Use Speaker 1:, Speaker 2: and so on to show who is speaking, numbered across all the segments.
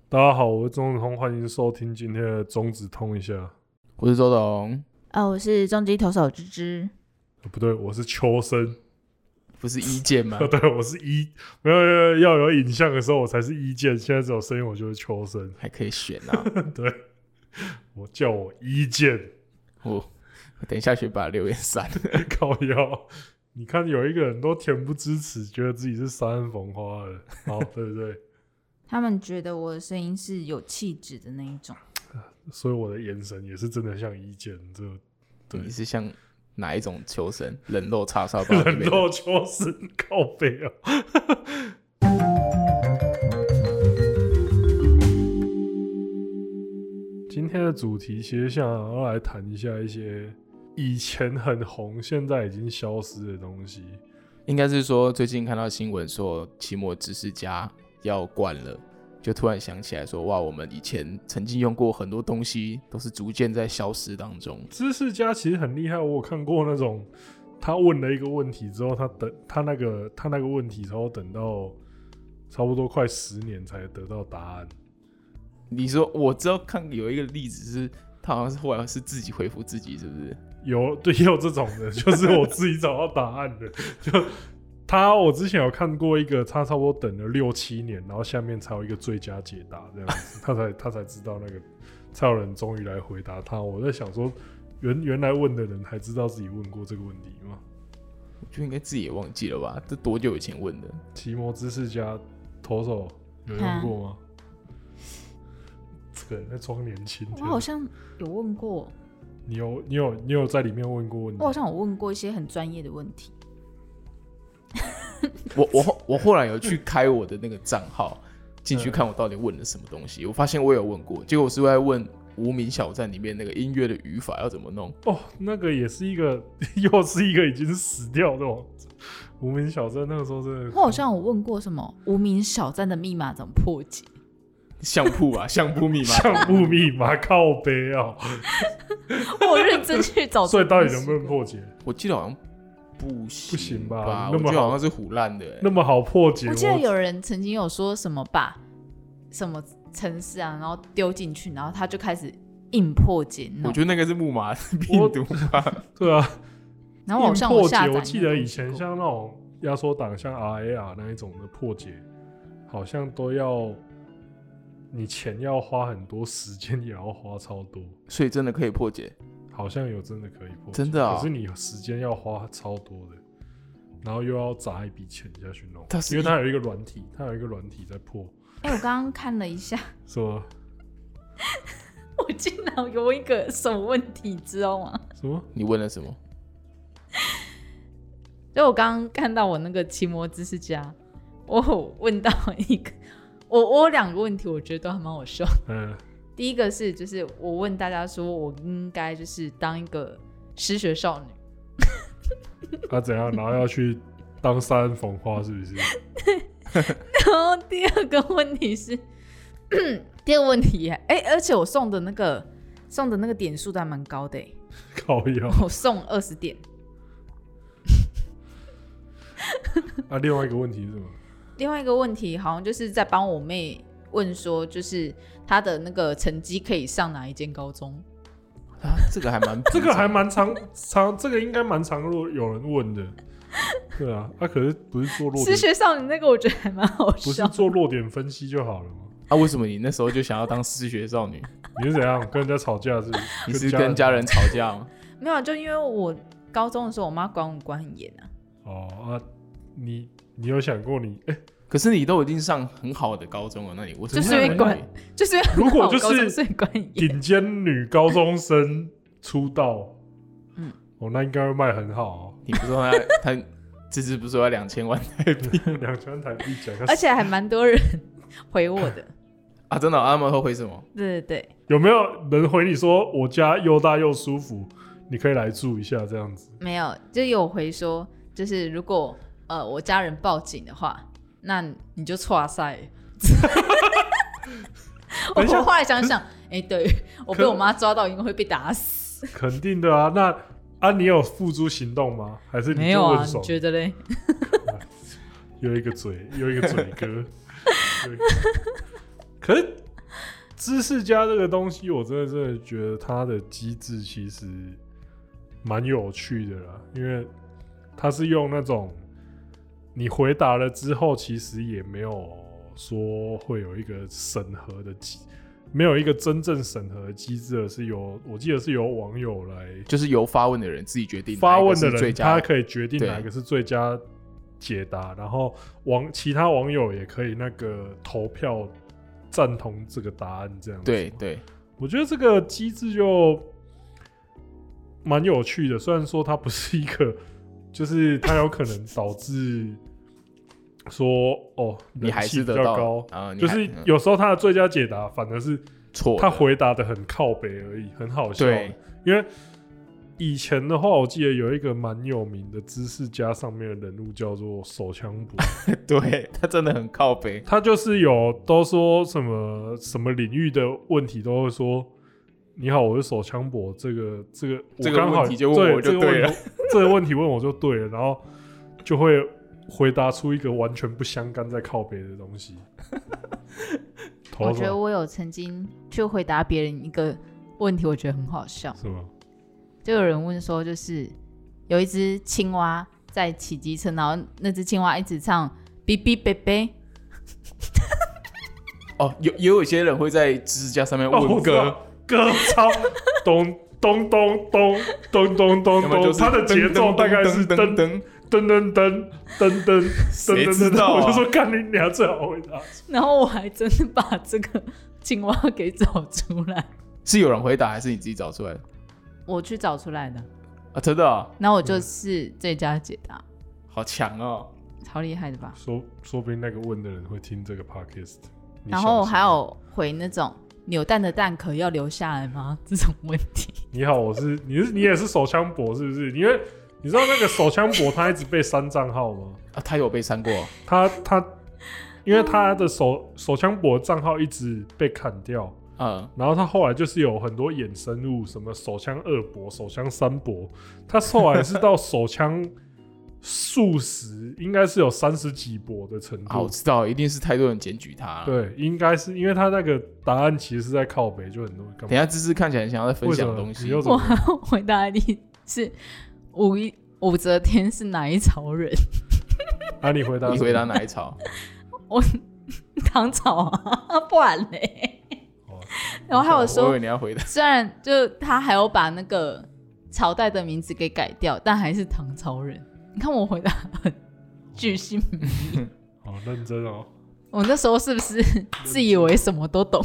Speaker 1: 大家好，我是钟子通，欢迎收听今天的中指通一下。
Speaker 2: 我是周董，
Speaker 3: 我是中继投手芝芝。
Speaker 1: 不对，我是秋生，
Speaker 2: 不是一剑吗？
Speaker 1: 对，我是没有要有影像的时候我才是一剑，现在只有声音我就是秋生，
Speaker 2: 还可以选啊。
Speaker 1: 对，叫我一剑。
Speaker 2: 我等一下去把留言删了。
Speaker 1: 靠腰，你看有一个人都恬不知耻，觉得自己是三岸风花了，好，对不对？
Speaker 3: 他们觉得我的声音是有气质的那一种，
Speaker 1: 所以我的眼神也是真的像一剑，对，
Speaker 2: 你是像哪一种秋生？人肉叉烧包里面的，
Speaker 1: 人肉秋生，靠背啊！今天的主题其实想要来谈一下一些以前很红，现在已经消失的东西。
Speaker 2: 应该是说最近看到新闻说期末知识家要关了，就突然想起来说，哇，我们以前曾经用过很多东西，都是逐渐在消失当中。
Speaker 1: 知识家其实很厉害，我有看过那种他问了一个问题之后，他那个问题之后等到差不多快10年才得到答案。
Speaker 2: 你说我知道看有一个例子是，他好像是后来是自己回复自己，是不是？
Speaker 1: 对，也有这种的，就是我自己找到答案的。就我之前有看过一个，他差不多等了6-7年，然后下面才有一个最佳解答这样子，他才知道那个，才有人终于来回答他。我在想说，原来问的人还知道自己问过这个问题吗？
Speaker 2: 我觉得应该自己也忘记了吧？这多久以前问的？
Speaker 1: 奇摩知识家投手有问过吗？这个人在装年轻。
Speaker 3: 我好像有问过。
Speaker 1: 你有在里面问过问题？
Speaker 3: 我好像有问过一些很专业的问题。
Speaker 2: 我后来有去开我的那个账号，进去看我到底问了什么东西。我发现我有问过，结果我是在问无名小站里面那个音乐的语法要怎么弄。
Speaker 1: 哦，那个也是一个，又是一个已经死掉的无名小站。那个时候真的，
Speaker 3: 我好像有问过什么无名小站的密码怎么破解。
Speaker 2: 相扑啊，相扑密码，
Speaker 1: 相扑密码靠背啊！
Speaker 3: 我认真去找，
Speaker 1: 所以到底能不能破解？
Speaker 2: 我记得好像不行
Speaker 1: 吧？
Speaker 2: 我记得好像是唬烂的，
Speaker 1: 那么好破解。
Speaker 3: 我记得有人曾经有说什么把什么程式啊，然后丢进去，然后他就开始硬破解。
Speaker 2: 我觉得那个是木马病毒吧？
Speaker 1: 对啊，
Speaker 3: 然后我像我下载，
Speaker 1: 我记得以前像那种压缩档，像 RAR 那一种的破解，好像都要。你钱要花很多，时间也要花超多，
Speaker 2: 所以真的可以破解？
Speaker 1: 好像有真的可以破解，
Speaker 2: 真的啊！
Speaker 1: 可是你时间要花超多的，然后又要砸一笔钱下去弄，因为它有一个软体，在破。
Speaker 3: 我刚刚看了一下，
Speaker 1: 什么？
Speaker 3: 我竟然有一个什么问题，知道吗？
Speaker 1: 什么？
Speaker 2: 你问了什么？
Speaker 3: 就我刚刚看到我那个奇摩知识家，我有问到一个。我有2个问题，我觉得都还蛮好笑。第一个是，就是我问大家说，我应该就是当一个失学少女。
Speaker 1: 怎样？然后要去当三岸风花，是不是？
Speaker 3: 然后第二个问题是，而且我送的那个点数都还蛮高的。
Speaker 1: 靠腰，
Speaker 3: 我送20点。
Speaker 1: 另外一个问题是什么？
Speaker 3: 另外一个问题好像就是在帮我妹问说，就是她的那个成绩可以上哪一间高中
Speaker 2: 啊？这个还蛮
Speaker 1: 常，这个应该蛮常有人问的。对啊，可是不是做弱点？
Speaker 3: 失学少女那个我觉得还蛮好笑，
Speaker 1: 不是做弱点分析就好了吗？
Speaker 2: 为什么你那时候就想要当失学少女？
Speaker 1: 你是怎样跟人家吵架？
Speaker 2: 你是跟家人吵架吗？
Speaker 3: 没有，就因为我高中的时候，我妈管我管很严啊。
Speaker 1: 你有想过你
Speaker 2: 可是你都已经上很好的高中了，那你我
Speaker 3: 就是会管，就是
Speaker 1: 如果就是顶尖女高中生出道，那应该会卖很好。
Speaker 2: 你不说他芝芝不是说要2000万台币
Speaker 1: ？2000万台币讲，
Speaker 3: 而且还蛮多人回我的
Speaker 2: 啊！真的，他们会回什么？
Speaker 3: 对对对，
Speaker 1: 有没有人回你说我家又大又舒服，你可以来住一下这样子？
Speaker 3: 没有，就有回说，就是如果我家人报警的话，那你就挫赛。我后来想想，对，我被我妈抓到，应该会被打死。
Speaker 1: 肯定的啊，那你有付诸行动吗？还是你就问爽？
Speaker 3: 没有啊？你觉得嘞？
Speaker 1: 又一个嘴哥。可是知识家这个东西，我真的觉得它的机制其实蛮有趣的啦，因为它是用那种你回答了之后，其实也没有说会有一个审核的没有一个真正审核的机制，而是我记得是由网友来，
Speaker 2: 就是由发问的人自己决定，
Speaker 1: 发问的人他可以决定哪一个是最佳解答，然后其他网友也可以那个投票赞同这个答案，这样子。
Speaker 2: 对，
Speaker 1: 我觉得这个机制就蛮有趣的，虽然说它不是一个，就是它有可能导致说
Speaker 2: 你还是
Speaker 1: 比较高就是有时候他的最佳解答反而是
Speaker 2: 错，
Speaker 1: 他回答的很靠北而已，很好笑。
Speaker 2: 对，
Speaker 1: 因为以前的话，我记得有一个蛮有名的知识家上面的人物叫做手枪伯，
Speaker 2: 对他真的很靠北，
Speaker 1: 他就是都说什么领域的问题都会说。你好，我是手枪伯。这个
Speaker 2: 问题就问我就对了，
Speaker 1: 这个问题问我就对了，然后就会回答出一个完全不相干在靠北的东西。
Speaker 3: 我觉得我有曾经去回答别人一个问题，我觉得很好笑。
Speaker 1: 是吗？
Speaker 3: 就有人问说，就是有一只青蛙在骑机车，然后那只青蛙一直唱“哔哔贝贝”。
Speaker 2: 也有一些人会在知识家上面问歌。
Speaker 1: 歌超咚咚咚咚咚咚咚咚，它的节奏大概是噔噔噔噔噔噔噔，
Speaker 2: 谁知道？
Speaker 1: 我就说干你娘最好回答。
Speaker 3: 然后我还真的把这个青蛙给找出来。
Speaker 2: 是有人回答还是你自己找出来的？
Speaker 3: 我去找出来的
Speaker 2: 啊，真的啊。
Speaker 3: 然后我就是最佳解答，
Speaker 2: 好强哦，
Speaker 3: 超厉害的吧？
Speaker 1: 说不定那个问的人会听这个 podcast。
Speaker 3: 然后还有回那种。扭蛋的蛋壳要留下来吗？这种问题。
Speaker 1: 你好，你也是手枪伯是不是？因为你知道那个手枪伯他一直被删账号吗？
Speaker 2: 他有被删过。
Speaker 1: 他因为他的手枪伯账号一直被砍掉，然后他后来就是有很多衍生物，什么手枪2伯、手枪3伯，他后来是到手枪数十，应该是有30几波的程度。
Speaker 2: 我知道，一定是太多人检举他。
Speaker 1: 对，应该是因为他那个答案其实是在靠北，就很多人。
Speaker 2: 等一下芝芝看起来想要在分享东西。
Speaker 3: 我回答的是武则天是哪一朝人？
Speaker 1: 你回答
Speaker 2: 哪一朝？
Speaker 3: 我唐朝啊，不然嘞。然后还有说，
Speaker 2: 我以为你要回答，
Speaker 3: 虽然就他还有把那个朝代的名字给改掉，但还是唐朝人。你看我回答很巨细靡遗，
Speaker 1: 好认真哦。
Speaker 3: 我那时候是不是自以为什么都懂？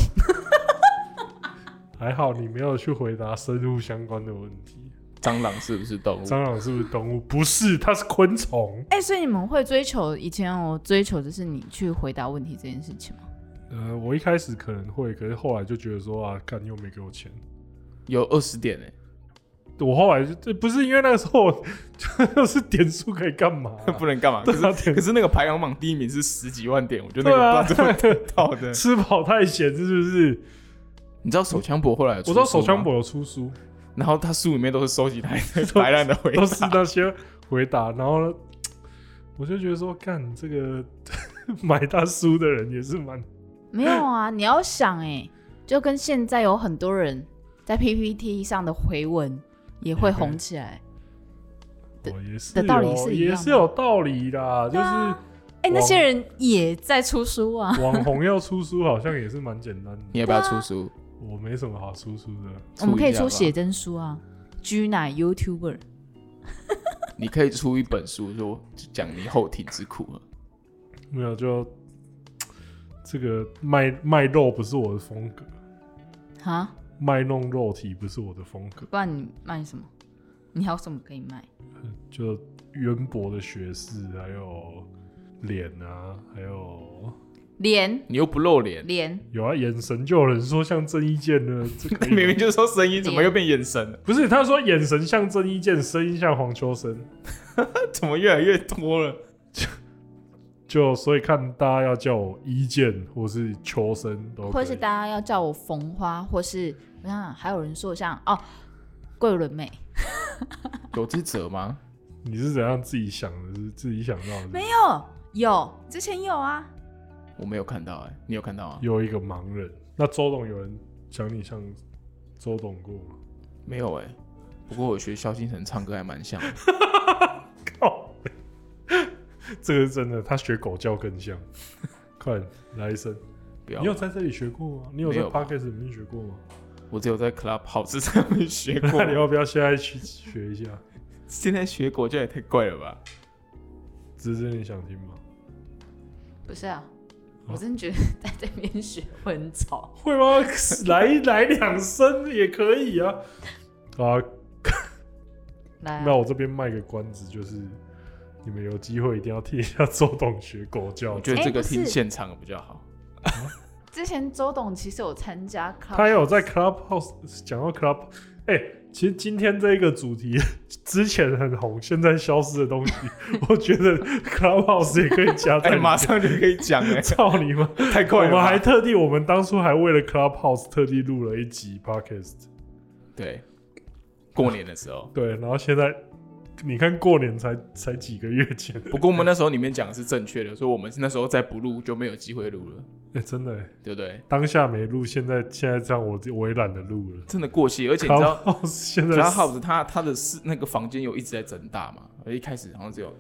Speaker 1: 还好你没有去回答深入相关的问题。
Speaker 2: 蟑螂是不是动物？
Speaker 1: 蟑螂是不是动物？不是，它是昆虫。
Speaker 3: 所以你们会追求，以前我追求的是你去回答问题这件事情吗？
Speaker 1: 我一开始可能会，可是后来就觉得说干又没给我钱。
Speaker 2: 有20点
Speaker 1: 我后来不是因为那个时候就是点数可以干嘛
Speaker 2: 不能干嘛？可是那个排行榜第一名是10几万点，我觉得那个不知道怎么得到的。
Speaker 1: 吃饱太闲是不是？
Speaker 2: 你知道手枪伯后来有出书吗？
Speaker 1: 我知道手枪伯有出书，
Speaker 2: 然后他书里面都是收集他白烂的回答，
Speaker 1: 都是那些回答。然后呢，我就觉得说，干这个买他书的人也是蛮
Speaker 3: 没有啊。你要想就跟现在有很多人在 PPT 上的回文也会红起来的道理是一样的，
Speaker 1: 也是有道理啦。就是
Speaker 3: 那些人也在出书啊。
Speaker 1: 网红要出书好像也是蛮简单的。
Speaker 2: 你要不要出书？
Speaker 1: 我没什么好出书的。
Speaker 3: 我们可以出写真书啊。居奶 YouTuber
Speaker 2: 你可以出一本书，说讲你后庭之苦了。
Speaker 1: 没有，就这个卖肉不是我的风格
Speaker 3: 哈，
Speaker 1: 卖弄肉体不是我的风格。
Speaker 3: 不然你卖什么？你还有什么可以卖？
Speaker 1: 就渊博的学识，还有脸啊，还有
Speaker 3: 脸，
Speaker 2: 你又不露脸，
Speaker 3: 脸
Speaker 1: 有啊，眼神就有人说像郑伊健呢，这可以
Speaker 2: 明明就是说声音，怎么又变眼神了？
Speaker 1: 不是，他说眼神像郑伊健，声音像黄秋生，
Speaker 2: 怎么越来越多了？
Speaker 1: 就所以看大家要叫我伊健或是秋生都可以，
Speaker 3: 或是大家要叫我冯花，或是我想还有人说像桂纶镁，
Speaker 2: 有这则吗？
Speaker 1: 你是怎样自己想的？是自己想到的？
Speaker 3: 没有，之前有啊，
Speaker 2: 我没有看到你有看到啊？
Speaker 1: 有一个盲人， 那周董有人讲你像周董过吗？
Speaker 2: 没有哎、不过我学萧敬腾唱歌还蛮像的。
Speaker 1: 靠，这个是真的，他学狗叫更像。快点来一声！你有在这里学过吗？你有在 Podcast 里面学过吗？
Speaker 2: 我只有在 Clubhouse 上面学过。
Speaker 1: 那你要不要现在去学一下？
Speaker 2: 现在学狗叫也太怪了吧？
Speaker 1: 芝芝，你想听吗？
Speaker 3: 不是啊，我真的觉得在这边学会很吵。
Speaker 1: 会吗？来2声也可以啊。啊，
Speaker 3: 来啊，
Speaker 1: 那我这边卖个关子，就是你们有机会一定要听一下周董学狗叫。
Speaker 2: 我觉得这个听现场比较好。
Speaker 3: 之前周董其实有参加 Clubhouse，
Speaker 1: 他有在 Clubhouse 讲到 Club， 其实今天这个主题之前很红，现在消失的东西，我觉得 Clubhouse 也可以加在里面。
Speaker 2: 马上就可以讲哎！
Speaker 1: 操你妈，
Speaker 2: 太快了吧！
Speaker 1: 我们当初还为了 Clubhouse 特地录了一集 Podcast。
Speaker 2: 对，过年的时候。
Speaker 1: 对，然后现在你看过年才几个月前。
Speaker 2: 不过我们那时候里面讲的是正确的，所以我们那时候再不录就没有机会录了。
Speaker 1: 真的
Speaker 2: 对不对？
Speaker 1: 当下没录，现在这样我也懒得录了，
Speaker 2: 真的过气。而且你知道
Speaker 1: Clubhouse
Speaker 2: 它的那个房间有一直在增大嘛？而一开始好像只有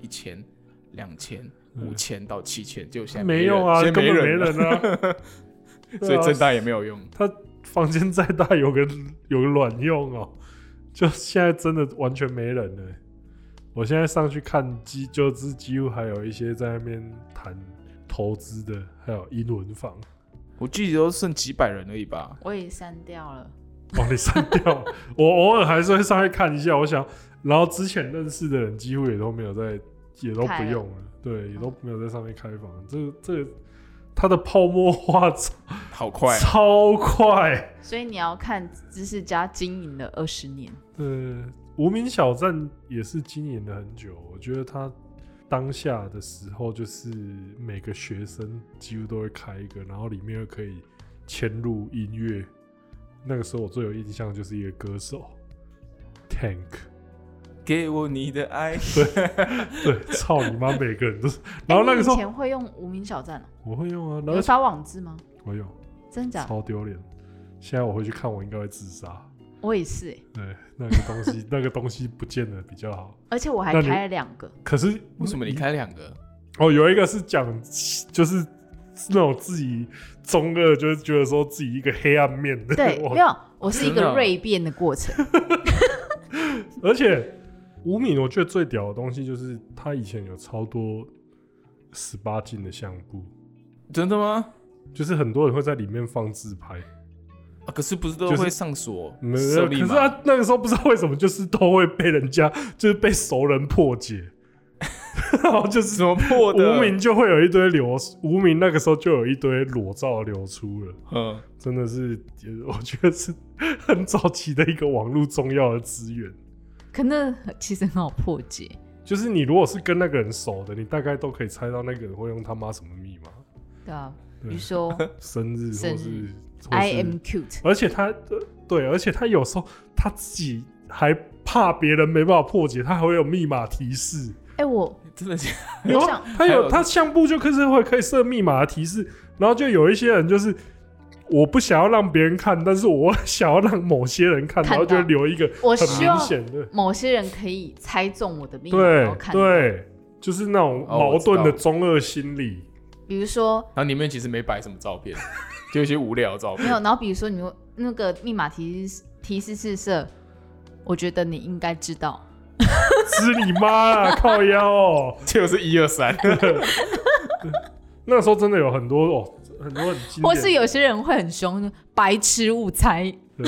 Speaker 2: 1000、2000、5000到7000，就现在
Speaker 1: 没用啊，根本没人啊，
Speaker 2: 所以增大也没有用。
Speaker 1: 他房间再大有个卵用哦，就现在真的完全没人了。我现在上去看就是几乎还有一些在那边谈投资的，还有英文房。
Speaker 2: 我记得都剩几百人而已吧。
Speaker 3: 我也删掉了。
Speaker 1: 哦，你删掉了？我偶尔还是会上去看一下。我想，然后之前认识的人几乎也都没有在，也都不用了，对，也都没有在上面开房。这个，它的泡沫化
Speaker 2: 好快，
Speaker 1: 超快。
Speaker 3: 所以你要看知识家经营了20年。
Speaker 1: 无名小站也是经营了很久，我觉得他当下的时候，就是每个学生几乎都会开一个，然后里面又可以嵌入音乐。那个时候我最有印象就是一个歌手 Tank，
Speaker 2: 给我你的爱。
Speaker 1: 对，操你妈，每个人都是。然后那个时候
Speaker 3: 你以前会用无名小站
Speaker 1: 我会用啊，
Speaker 3: 有发网志吗？
Speaker 1: 我有，
Speaker 3: 真假？
Speaker 1: 超丢脸。现在我回去看，我应该会自杀。
Speaker 3: 我也是
Speaker 1: 对，那个东西不见得比较好。
Speaker 3: 而且我还开了2个。
Speaker 1: 可是
Speaker 2: 为什么你开2个？
Speaker 1: 哦，有一个是讲就是那种自己中二，就是觉得说自己一个黑暗面的。
Speaker 3: 对，没有，我是一个锐变的过程。
Speaker 1: 而且无名我觉得最屌的东西就是他以前有超多18禁的相簿。
Speaker 2: 真的吗？
Speaker 1: 就是很多人会在里面放自拍。
Speaker 2: 可是不是都会上锁？
Speaker 1: 没有，可是他那个时候不知道为什么，就是都会被人家就是被熟人破解，然后就是
Speaker 2: 怎么破的？
Speaker 1: 无名就会有一堆无名那个时候就有一堆裸照流出了，真的是我觉得是很早期的一个网络重要的资源。
Speaker 3: 可那其实很好破解，
Speaker 1: 就是你如果是跟那个人熟的，你大概都可以猜到那个人会用他妈什么密码。
Speaker 3: 对啊，比如说
Speaker 1: 生日或是。
Speaker 3: I am cute，
Speaker 1: 而且他有时候他自己还怕别人没办法破解，他还会有密码提示。
Speaker 3: 我
Speaker 2: 真的假
Speaker 1: 的？他相簿就可以设密码的提示，然后就有一些人就是我不想要让别人看，但是我想要让某些人看，然后就留一个很明显的，
Speaker 3: 某些人可以猜中我的密码。
Speaker 1: 对，就是那种矛盾的中二心理。
Speaker 3: 比如说，
Speaker 2: 然后里面其实没摆什么照片。就一些无聊的照片。
Speaker 3: 没有，然后比如说你那个密码提示是设，我觉得你应该知道。
Speaker 1: 吃你妈啦，靠腰哦！
Speaker 2: 就是1、2、3。
Speaker 1: 那时候真的有很多很经典。
Speaker 3: 或是有些人会很凶，白痴误猜。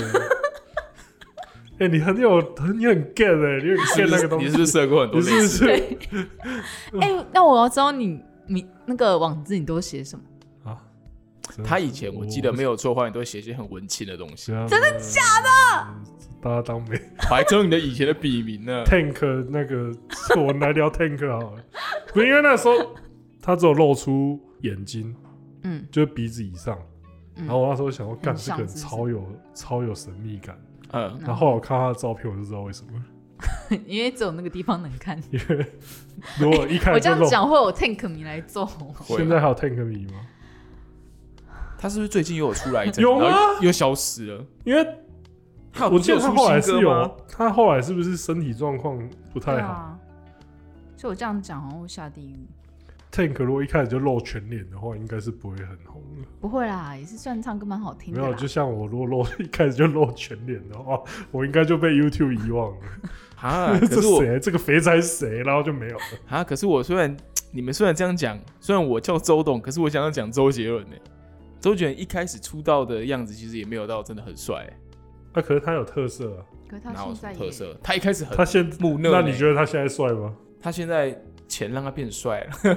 Speaker 1: 对。你很 get 你很 get 那个东西。
Speaker 2: 你是不是设过很多类似？
Speaker 3: 对。那我要知道你那个网志你都写什么？
Speaker 2: 他以前我记得没有错的话，你都会写一些很文青的东西。
Speaker 3: 真的假的？
Speaker 1: 大家当没。
Speaker 2: 我还知道你的以前的笔名呢。
Speaker 1: Tank 那个，我们来聊 Tank 好了。不是因为那时候他只有露出眼睛，就是鼻子以上。然后我那时候想说，干这个人超有神秘感。然后后来我看他的照片，我就知道为什么。
Speaker 3: 因为只有那个地方能看。
Speaker 1: 因为如果一看
Speaker 3: 我这样讲会有 Tank 迷来揍我。
Speaker 1: 现在还有 Tank 迷吗？
Speaker 2: 他是不是最近又有出来一阵，
Speaker 1: 有吗？
Speaker 2: 然后又消失了？
Speaker 1: 因为我记得他后来是
Speaker 2: 有，
Speaker 1: 他后来是不是身体状况不太好？
Speaker 3: 啊，所以我这样讲好像会下地狱。
Speaker 1: Tank 如果一开始就露全脸的话，应该是不会很红的。
Speaker 3: 不会啦，也是算唱歌蛮好听的啦。
Speaker 1: 没有，就像我如果一开始就露全脸的话，我应该就被 YouTube 遗忘了。
Speaker 2: 啊，可是我
Speaker 1: 这个肥仔谁，然后就没有了。
Speaker 2: 啊，可是你们虽然这样讲，虽然我叫周董，可是我想要讲周杰伦呢。周杰伦一开始出道的样子，其实也没有到真的很帅。
Speaker 1: 可是他有特色啊。
Speaker 3: 可是他
Speaker 2: 哪有
Speaker 3: 现在
Speaker 2: 特色？他一开始很木讷。
Speaker 1: 那你觉得他现在帅吗？
Speaker 2: 他现在钱让他变帅了。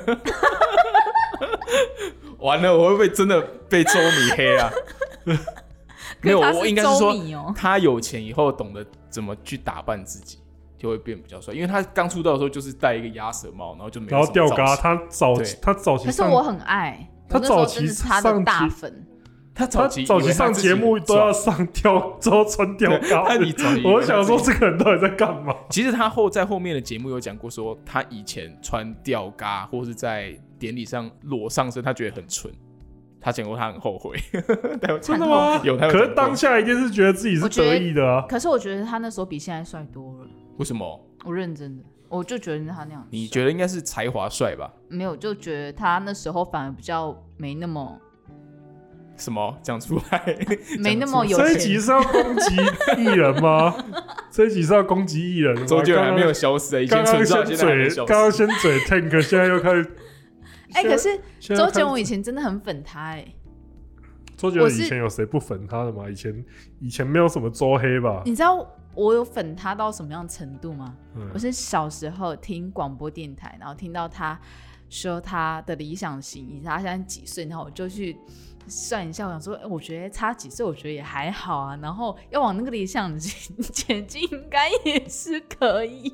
Speaker 2: 完了，我会不会真的被周迷黑啊？没有，我应该是说，他有钱以后懂得怎么去打扮自己，就会变比较帅。因为他刚出道的时候就是戴一个鸭舌帽，然后就没有什么造型，
Speaker 1: 然后吊嘎。他早期，
Speaker 3: 可是我很爱，
Speaker 1: 他早期
Speaker 3: 他的大粉。
Speaker 2: 他早期
Speaker 1: 上节目都要上都穿吊嘎。我想说这个人到底在干嘛？
Speaker 2: 其实他在后面的节目有讲过说，他以前穿吊嘎或是在典礼上裸上身，他觉得很蠢。他讲过他很后悔。
Speaker 1: 真的吗？
Speaker 2: 有。
Speaker 1: 可是当下一定是觉得自己是得意的啊。
Speaker 3: 可是我觉得他那时候比现在帅多了。
Speaker 2: 为什么？
Speaker 3: 我认真的，我就觉得他那样。
Speaker 2: 你觉得应该是才华帅吧？
Speaker 3: 没有，就觉得他那时候反而比较没那么。
Speaker 2: 什么讲出来？
Speaker 3: 没那么有钱。
Speaker 1: 这一集是要攻击艺人吗？这一集是要攻击艺人吗？
Speaker 2: 周杰伦还没有消失，以前存在，现在还没消失。
Speaker 1: 刚刚先嘴 Tank， 现在又开始。
Speaker 3: 可是周杰伦以前真的很粉他
Speaker 1: 周杰伦以前有谁不粉他的吗？以前没有什么周黑吧？
Speaker 3: 你知道我有粉他到什么样程度吗？我是小时候听广播电台，然后听到他说他的理想型，以及他现在几岁，然后我就去算一下，我想说，我觉得差几岁，我觉得也还好啊。然后要往那个理想型前进，应该也是可以。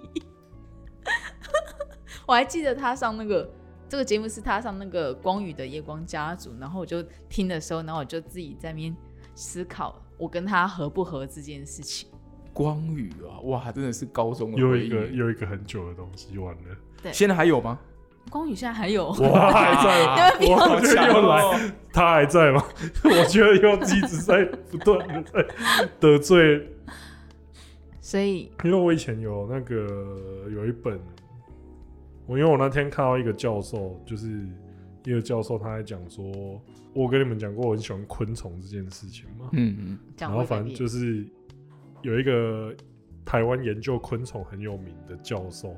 Speaker 3: 我还记得他上这个节目是他上那个光宇的夜光家族，然后我就听的时候，然后我就自己在那边思考，我跟他合不合这件事情。
Speaker 2: 光宇啊，哇，真的是高中的回忆。
Speaker 1: 又一个很久的东西，完了。
Speaker 3: 对，
Speaker 2: 现在还有吗？
Speaker 3: 光宇现在还有，
Speaker 1: 哇，还在吗？我觉得又来，他还在吗？我觉得又一直在不断的在得罪。
Speaker 3: 所以，
Speaker 1: 因为我以前有有一本，因为我那天看到一个教授，就是一个教授他在讲说，我跟你们讲过我很喜欢昆虫这件事情嘛，然后反正就是有一个台湾研究昆虫很有名的教授。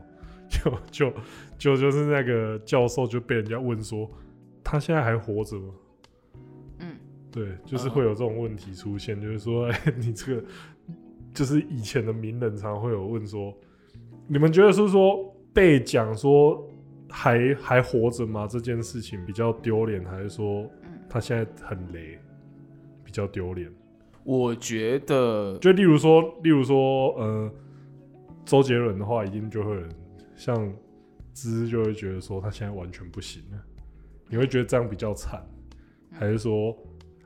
Speaker 1: 就是那个教授就被人家问说他现在还活着吗？对，就是会有这种问题出现，就是说，你这个就是以前的名人常会有问说，你们觉得是说被讲说还活着吗？这件事情比较丢脸，还是说他现在很雷比较丢脸？
Speaker 2: 我觉得，
Speaker 1: 就例如说，周杰伦的话，一定就会有人。像芝就会觉得说他现在完全不行了，你会觉得这样比较惨，还是说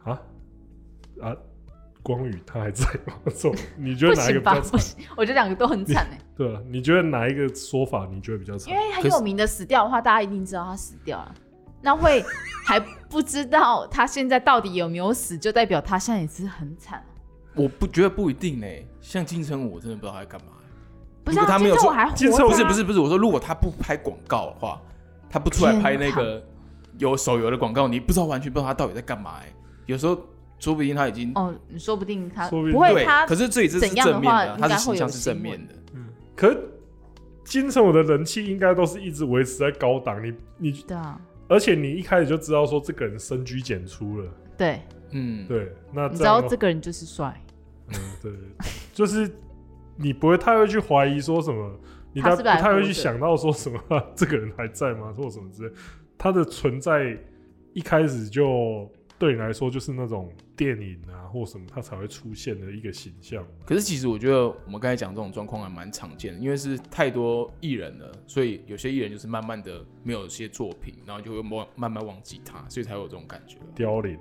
Speaker 1: 光宇他还在吗？你觉得哪一个比较惨？
Speaker 3: 我觉得两个都很惨
Speaker 1: 对啊，你觉得哪一个说法你觉得比较惨？
Speaker 3: 因为很有名的死掉的话，大家一定知道他死掉了，那会还不知道他现在到底有没有死，就代表他现在也是很惨。
Speaker 2: 我不觉得不一定像金城武，我真的不知道他在干嘛。
Speaker 3: 不是他没有说，
Speaker 2: 不是，我说如果他不拍广告的话，他不出来拍那个有手游的广告，你完全不知道他到底在干嘛。有时候说不定他已经
Speaker 3: 你说不定他
Speaker 1: 不
Speaker 3: 会他，
Speaker 2: 可是这里是正面的，他是形象是正面的。
Speaker 1: 可是金城武的人气应该都是一直维持在高档，你
Speaker 3: 对啊，
Speaker 1: 而且你一开始就知道说这个人深居简出了，
Speaker 3: 对，
Speaker 1: 对，那
Speaker 3: 你知道这个人就是帅，
Speaker 1: 对，就是。你不会太会去怀疑说什么，你不太会去想到说什么这个人还在吗，或什么之类。他的存在一开始就对你来说就是那种电影啊或什么，他才会出现的一个形象。
Speaker 2: 可是其实我觉得我们刚才讲这种状况还蛮常见的，因为是太多艺人了，所以有些艺人就是慢慢的没有一些作品，然后就会慢慢忘记他，所以才有这种感觉。
Speaker 1: 凋零。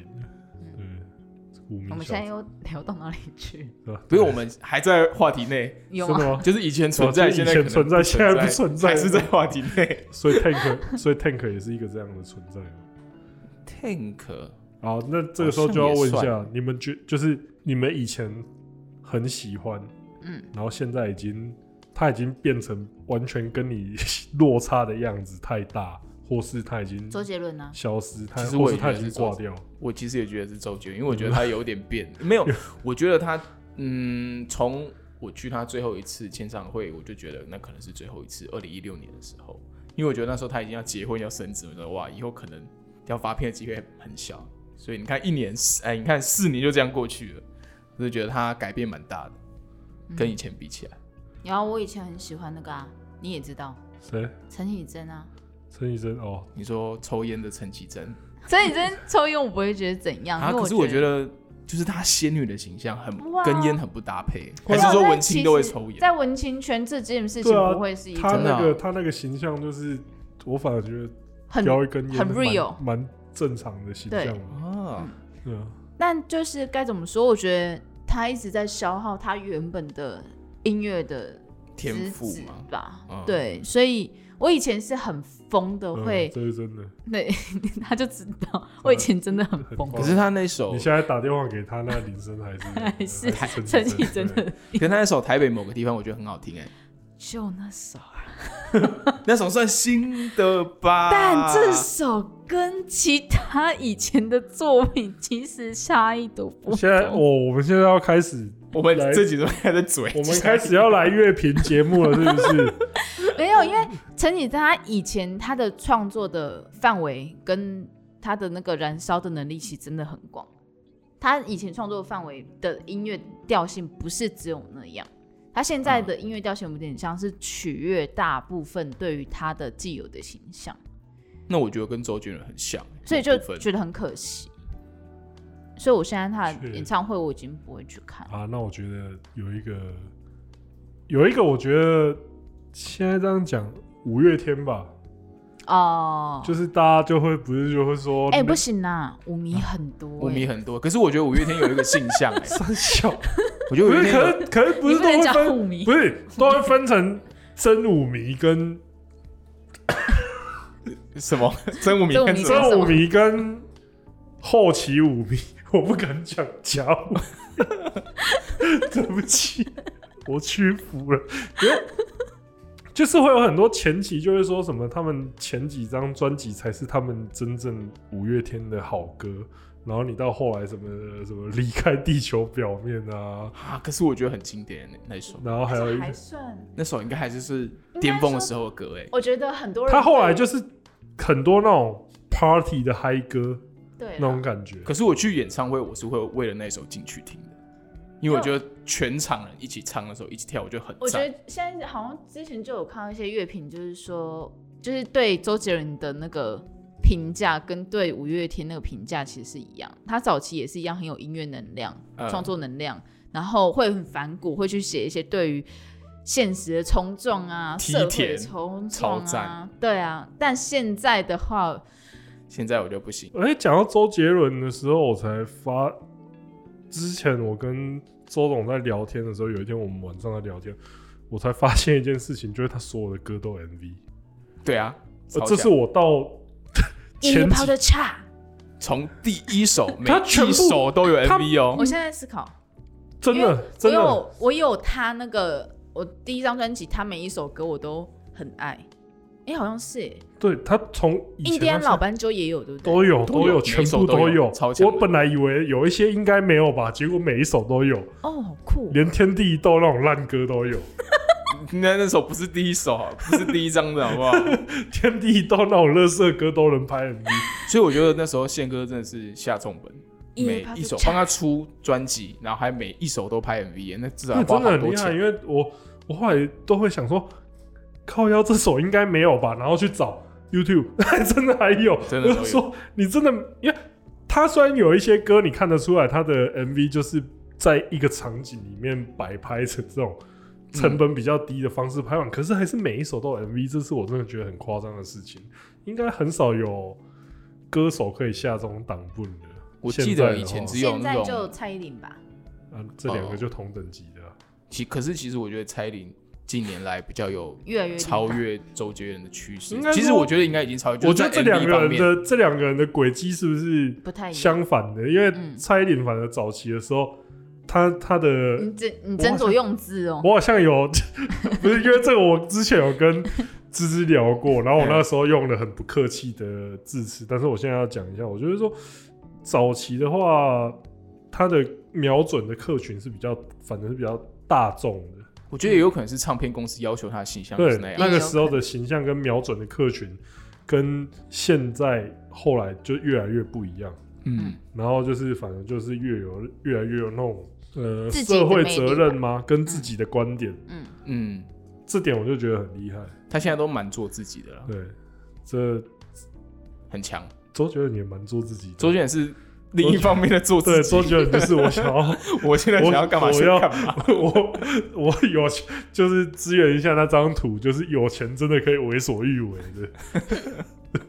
Speaker 3: 我们现在又聊到哪里去？
Speaker 2: 不是，我们还在话题内，
Speaker 3: 有吗？
Speaker 2: 就是以前存在，现在
Speaker 1: 存在，现在不存在，
Speaker 2: 还是在话题内。
Speaker 1: 所以 Tank 也是一个这样的存在吗？
Speaker 2: Tank
Speaker 1: 好，那这个时候就要问一下，你们就是你们以前很喜欢，然后现在他已经变成完全跟你落差的样子太大，或是他已经
Speaker 3: 周杰伦啊
Speaker 1: 消失，
Speaker 2: 或
Speaker 1: 是他已经挂掉。
Speaker 2: 我其实也觉得是周杰伦，因为我觉得他有点变。没有，我觉得他从我去他最后一次签唱会，我就觉得那可能是最后一次，2016年的时候，因为我觉得那时候他已经要结婚要生子，我觉得哇，以后可能要发片的机会很小，所以你看你看4年就这样过去了，我就觉得他改变蛮大的，跟以前比起来。
Speaker 3: 然后我以前很喜欢那个你也知道
Speaker 1: 谁？
Speaker 3: 陈绮贞啊。
Speaker 1: 陈绮贞哦，
Speaker 2: 你说抽烟的陈绮贞？
Speaker 3: 陈绮贞抽烟我不会觉得怎样，
Speaker 2: 可是我觉得就是她仙女的形象跟烟很不搭配，还是说文青都会抽烟？
Speaker 3: 在文青圈这件事情不会是一
Speaker 1: 他那个形象就是我反而觉得叼一根烟
Speaker 3: 很 real，
Speaker 1: 蛮正常的形象啊。
Speaker 3: 但就是该怎么说？我觉得他一直在消耗他原本的音乐的
Speaker 2: 天赋
Speaker 3: 吧。对，所以我以前是很疯的，会
Speaker 1: 这是真的。
Speaker 3: 对，他就知道我以前真的很疯。
Speaker 2: 可是他那首，
Speaker 1: 你现在打电话给他，那铃声还是
Speaker 3: 陈绮贞的。
Speaker 2: 可是他那首《台北某个地方》，我觉得很好听
Speaker 3: 就那首
Speaker 2: 那首算新的吧？
Speaker 3: 但这首跟其他以前的作品其实差异都不多。
Speaker 1: 我们现在要开始，
Speaker 2: 我们这集都还在嘴，
Speaker 1: 我们开始要来乐评节目了，是不是？
Speaker 3: 没有，因为陈绮贞他以前他的创作的范围跟他的那个燃烧的能力其实真的很广。他以前创作范围的音乐调性不是只有那样。他现在的音乐调性有点像是取悦大部分对于他的既有的形象，
Speaker 2: 那我觉得跟周杰伦很像，
Speaker 3: 所以就觉得很可惜。所以我现在他的演唱会我已经不会去看
Speaker 1: 啊。那我觉得有一个，我觉得现在这样讲，5月天吧。就是大家就会说，
Speaker 3: 不行啦，舞迷很多，
Speaker 2: 舞迷很多。可是我觉得5月天有一个现象，
Speaker 1: 三小，
Speaker 2: 我觉得5月天
Speaker 1: 可是不是都会分，不是都会分成真舞迷跟
Speaker 2: 什么真舞迷
Speaker 1: 跟后期舞迷，我不敢讲假舞，对不起，我屈服了。就是会有很多前期就会说什么他们前几张专辑才是他们真正5月天的好歌，然后你到后来什么离开地球表面啊，
Speaker 2: 可是我觉得很经典那一首，
Speaker 1: 然后还有一个
Speaker 2: 那首应该还是巅峰的时候的歌
Speaker 3: 我觉得很多人
Speaker 1: 他后来就是很多那种 party 的嗨歌，对那种感觉。
Speaker 2: 可是我去演唱会，我是会为了那首进去听的。因为我觉得全场人一起唱的时候，一起跳，我觉得很赞。
Speaker 3: 我觉得现在好像之前就有看到一些乐评，就是说，就是对周杰伦的那个评价跟对5月天那个评价其实是一样。他早期也是一样很有音乐能量、创作能量，然后会很反骨，会去写一些对于现实的冲撞啊、社会的冲撞啊，对啊。但现在的话，
Speaker 2: 现在我就不行。
Speaker 1: 讲到周杰伦的时候，我才发。之前我跟周董在聊天的时候，有一天我们晚上在聊天，我才发现一件事情，就是他所有的歌都有 MV。
Speaker 2: 对啊，
Speaker 1: 这是我到
Speaker 3: 前跑的差，
Speaker 2: 从第一首每一首都有 MV 哦。
Speaker 3: 我现在思考，
Speaker 1: 真的，
Speaker 3: 我有他那个我第一张专辑，他每一首歌我都很爱。好像是
Speaker 1: 对他从
Speaker 3: 印第安老斑鸠也有，对不对？
Speaker 1: 都有，全部都有。
Speaker 2: 我
Speaker 1: 本来以为有一些应该没有吧，结果每一首都有。
Speaker 3: 好酷！
Speaker 1: 连天地一斗那种烂歌都有。
Speaker 2: 那首不是第一首，不是第一张的好不好？
Speaker 1: 天地一斗那种垃圾歌都能拍 MV，
Speaker 2: 所以我觉得那时候宪哥真的是下重本，每一首帮他出专辑，然后还每一首都拍 MV， 那至少花
Speaker 1: 真的很厉害。因为我后来都会想说。靠腰这首应该没有吧，然后去找 YouTube， 真的还有。
Speaker 2: 真的
Speaker 1: 我就说你真的，因为他虽然有一些歌你看得出来，他的 MV 就是在一个场景里面摆拍成这种成本比较低的方式拍完，可是还是每一首都有 MV， 这是我真的觉得很夸张的事情。应该很少有歌手可以下这种档本的。
Speaker 2: 我记得以前只有那种，
Speaker 3: 现在就蔡依林吧。
Speaker 1: 这两个就同等级的。
Speaker 2: 可是其实我觉得蔡依林近年来比较有
Speaker 3: 越来越
Speaker 2: 超越周杰伦的趋势。其实我觉得应该已经超越。
Speaker 1: 我觉得这两个人的轨迹是不是
Speaker 3: 不太
Speaker 1: 相反的？因为蔡依林反而早期的时候，他的
Speaker 3: 你斟酌用字哦。
Speaker 1: 我好像有不是因为这个，我之前有跟芝芝聊过，然后我那时候用了很不客气的字词，但是我现在要讲一下，我觉得说早期的话，他的瞄准的客群是反正是比较大众的。
Speaker 2: 我觉得也有可能是唱片公司要求他的形象是那样。
Speaker 1: 对，那个时候的形象跟瞄准的客群，跟现在后来就越来越不一样。然后就是反正就是越来越有那种社会责任吗？跟自己的观点。这点我就觉得很厉害。
Speaker 2: 他现在都蛮做自己的了。
Speaker 1: 对，这很
Speaker 2: 强。
Speaker 1: 周杰伦也蛮做自己的。
Speaker 2: 周杰伦是另一方面的做自己。
Speaker 1: 对，周杰伦就是我想要，
Speaker 2: 我现在想要干嘛就干嘛。
Speaker 1: 我有就是支援一下那张图，就是有钱真的可以为所欲为的。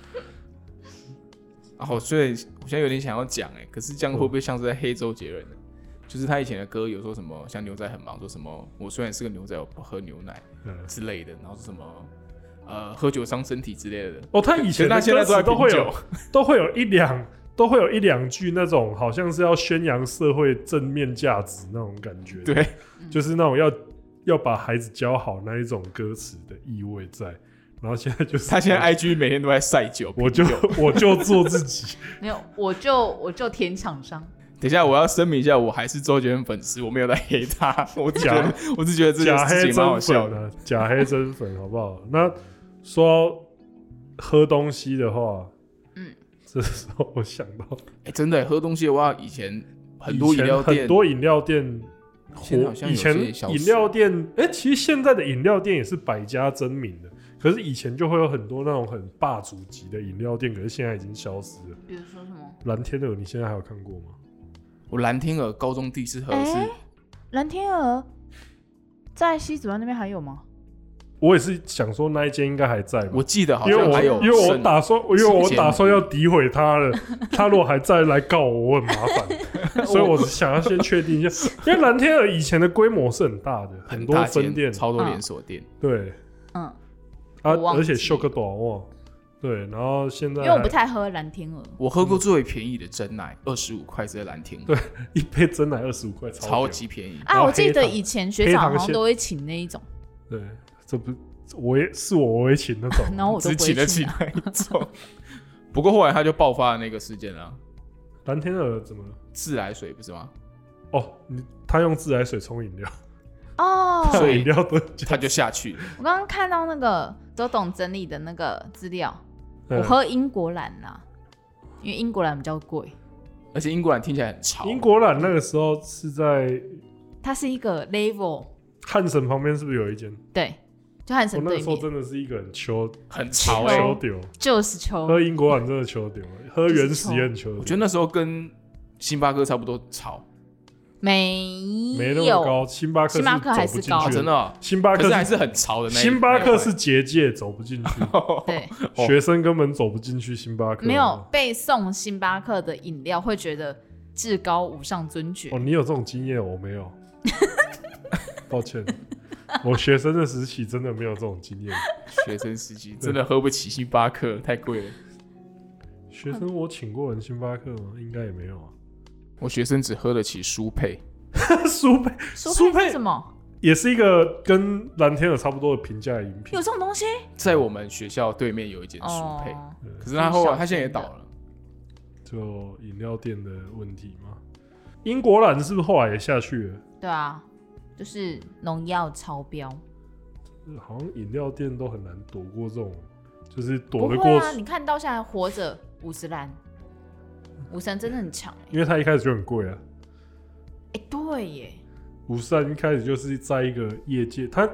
Speaker 2: 所以我现在有点想要讲可是这样会不会像是在黑周杰伦呢？就是他以前的歌有说什么，像牛仔很忙，说什么我虽然是个牛仔，我不喝牛奶之类的，然后说什么喝酒伤身体之类的。
Speaker 1: 他以前的歌词都会有一两句那种好像是要宣扬社会正面价值那种感觉。
Speaker 2: 对，
Speaker 1: 就是那种要把孩子教好那一种歌词的意味在。然后现在就是
Speaker 2: 他现在 IG 每天都在晒酒，
Speaker 1: 我就做自己。
Speaker 3: 没有，我就填厂商。
Speaker 2: 等一下，我要声明一下，我还是周杰伦粉丝，我没有在黑他。我只觉得这件事情蛮好笑的。
Speaker 1: 假黑真粉，好不好？那说喝东西的话，这时候我想到，
Speaker 2: 真的喝东西的话，以前很多饮料店，
Speaker 1: 以前饮料店，其实现在的饮料店也是百家争鸣的。可是以前就会有很多那种很霸主级的饮料店，可是现在已经消失了。
Speaker 3: 比如说什么？
Speaker 1: 蓝天鹅，你现在还有看过吗？
Speaker 2: 我蓝天鹅高中第一次喝是
Speaker 3: 蓝天鹅，在西子湾那边还有吗？
Speaker 1: 我也是想说那一间应该还在吧，
Speaker 2: 我记得好像还有，
Speaker 1: 因为我打算要诋毁他了，他如果还在来告我很麻烦，所以我想要先确定一下，因为蓝天鹅以前的规模是很大的，很多分店，
Speaker 2: 超多连锁店，
Speaker 1: 对，而且秀个短袜。对，然后现在
Speaker 3: 因为我不太喝蓝天鹅，
Speaker 2: 我喝过最便宜的珍奶25块是在蓝天鹅，
Speaker 1: 对，一杯珍奶25块，
Speaker 2: 超级便宜
Speaker 3: 啊！我记得以前学长好像都会请那一种，
Speaker 1: 对，这不我会请那种，
Speaker 3: 然后我都不会
Speaker 2: 请得起那一种。不过后来他就爆发了那个事件了。
Speaker 1: 蓝天鹅怎么了？
Speaker 2: 自来水不是吗？
Speaker 1: 他用自来水冲饮料。
Speaker 3: 所
Speaker 2: 以
Speaker 1: 饮料都
Speaker 2: 他就下去了。
Speaker 3: 我刚刚看到那个周董整理的那个资料，我喝英国蓝啦，因为英国蓝比较贵，
Speaker 2: 而且英国蓝听起来很潮。
Speaker 1: 英国蓝那个时候是在，
Speaker 3: 它是一个 level，
Speaker 1: 汉神旁边是不是有一间？
Speaker 3: 对，就汉神对面。
Speaker 1: 那个时候真的是一个很
Speaker 2: 潮
Speaker 1: 秋丢，
Speaker 3: 就是秋。
Speaker 1: 喝英国蓝真的秋丢，喝原始也很秋丢。
Speaker 2: 我觉得那时候跟星巴克差不多潮。
Speaker 1: 没那么高，星巴克
Speaker 3: 还是高，
Speaker 2: 真的。
Speaker 1: 星巴克
Speaker 2: 还是很潮的那一。
Speaker 1: 星巴克是结界，走不进去。
Speaker 3: 对，
Speaker 1: 学生根本走不进去星巴克。
Speaker 3: 没有被送星巴克的饮料，会觉得至高无上尊爵。
Speaker 1: 你有这种经验，我没有。抱歉，我学生的时期真的没有这种经验。
Speaker 2: 学生时期真的喝不起星巴克，太贵了。
Speaker 1: 学生我请过人星巴克吗？应该也没有啊。
Speaker 2: 我学生只喝得起舒配。
Speaker 3: 舒配是什么？
Speaker 1: 也是一个跟蓝天鹅差不多的平价饮品。
Speaker 3: 有这种东西？
Speaker 2: 在我们学校对面有一间舒配，可是他后来他现在也倒了。
Speaker 1: 就饮料店的问题吗？英国蓝是不是后来也下去了？
Speaker 3: 对啊，就是农药超标。
Speaker 1: 好像饮料店都很难躲过这种，就是躲得过。
Speaker 3: 不会啊，你看到现在活着50蓝。50蓝真的很强
Speaker 1: 因为它一开始就很贵啊。
Speaker 3: 对耶
Speaker 1: ，50蓝一开始就是在一个业界，它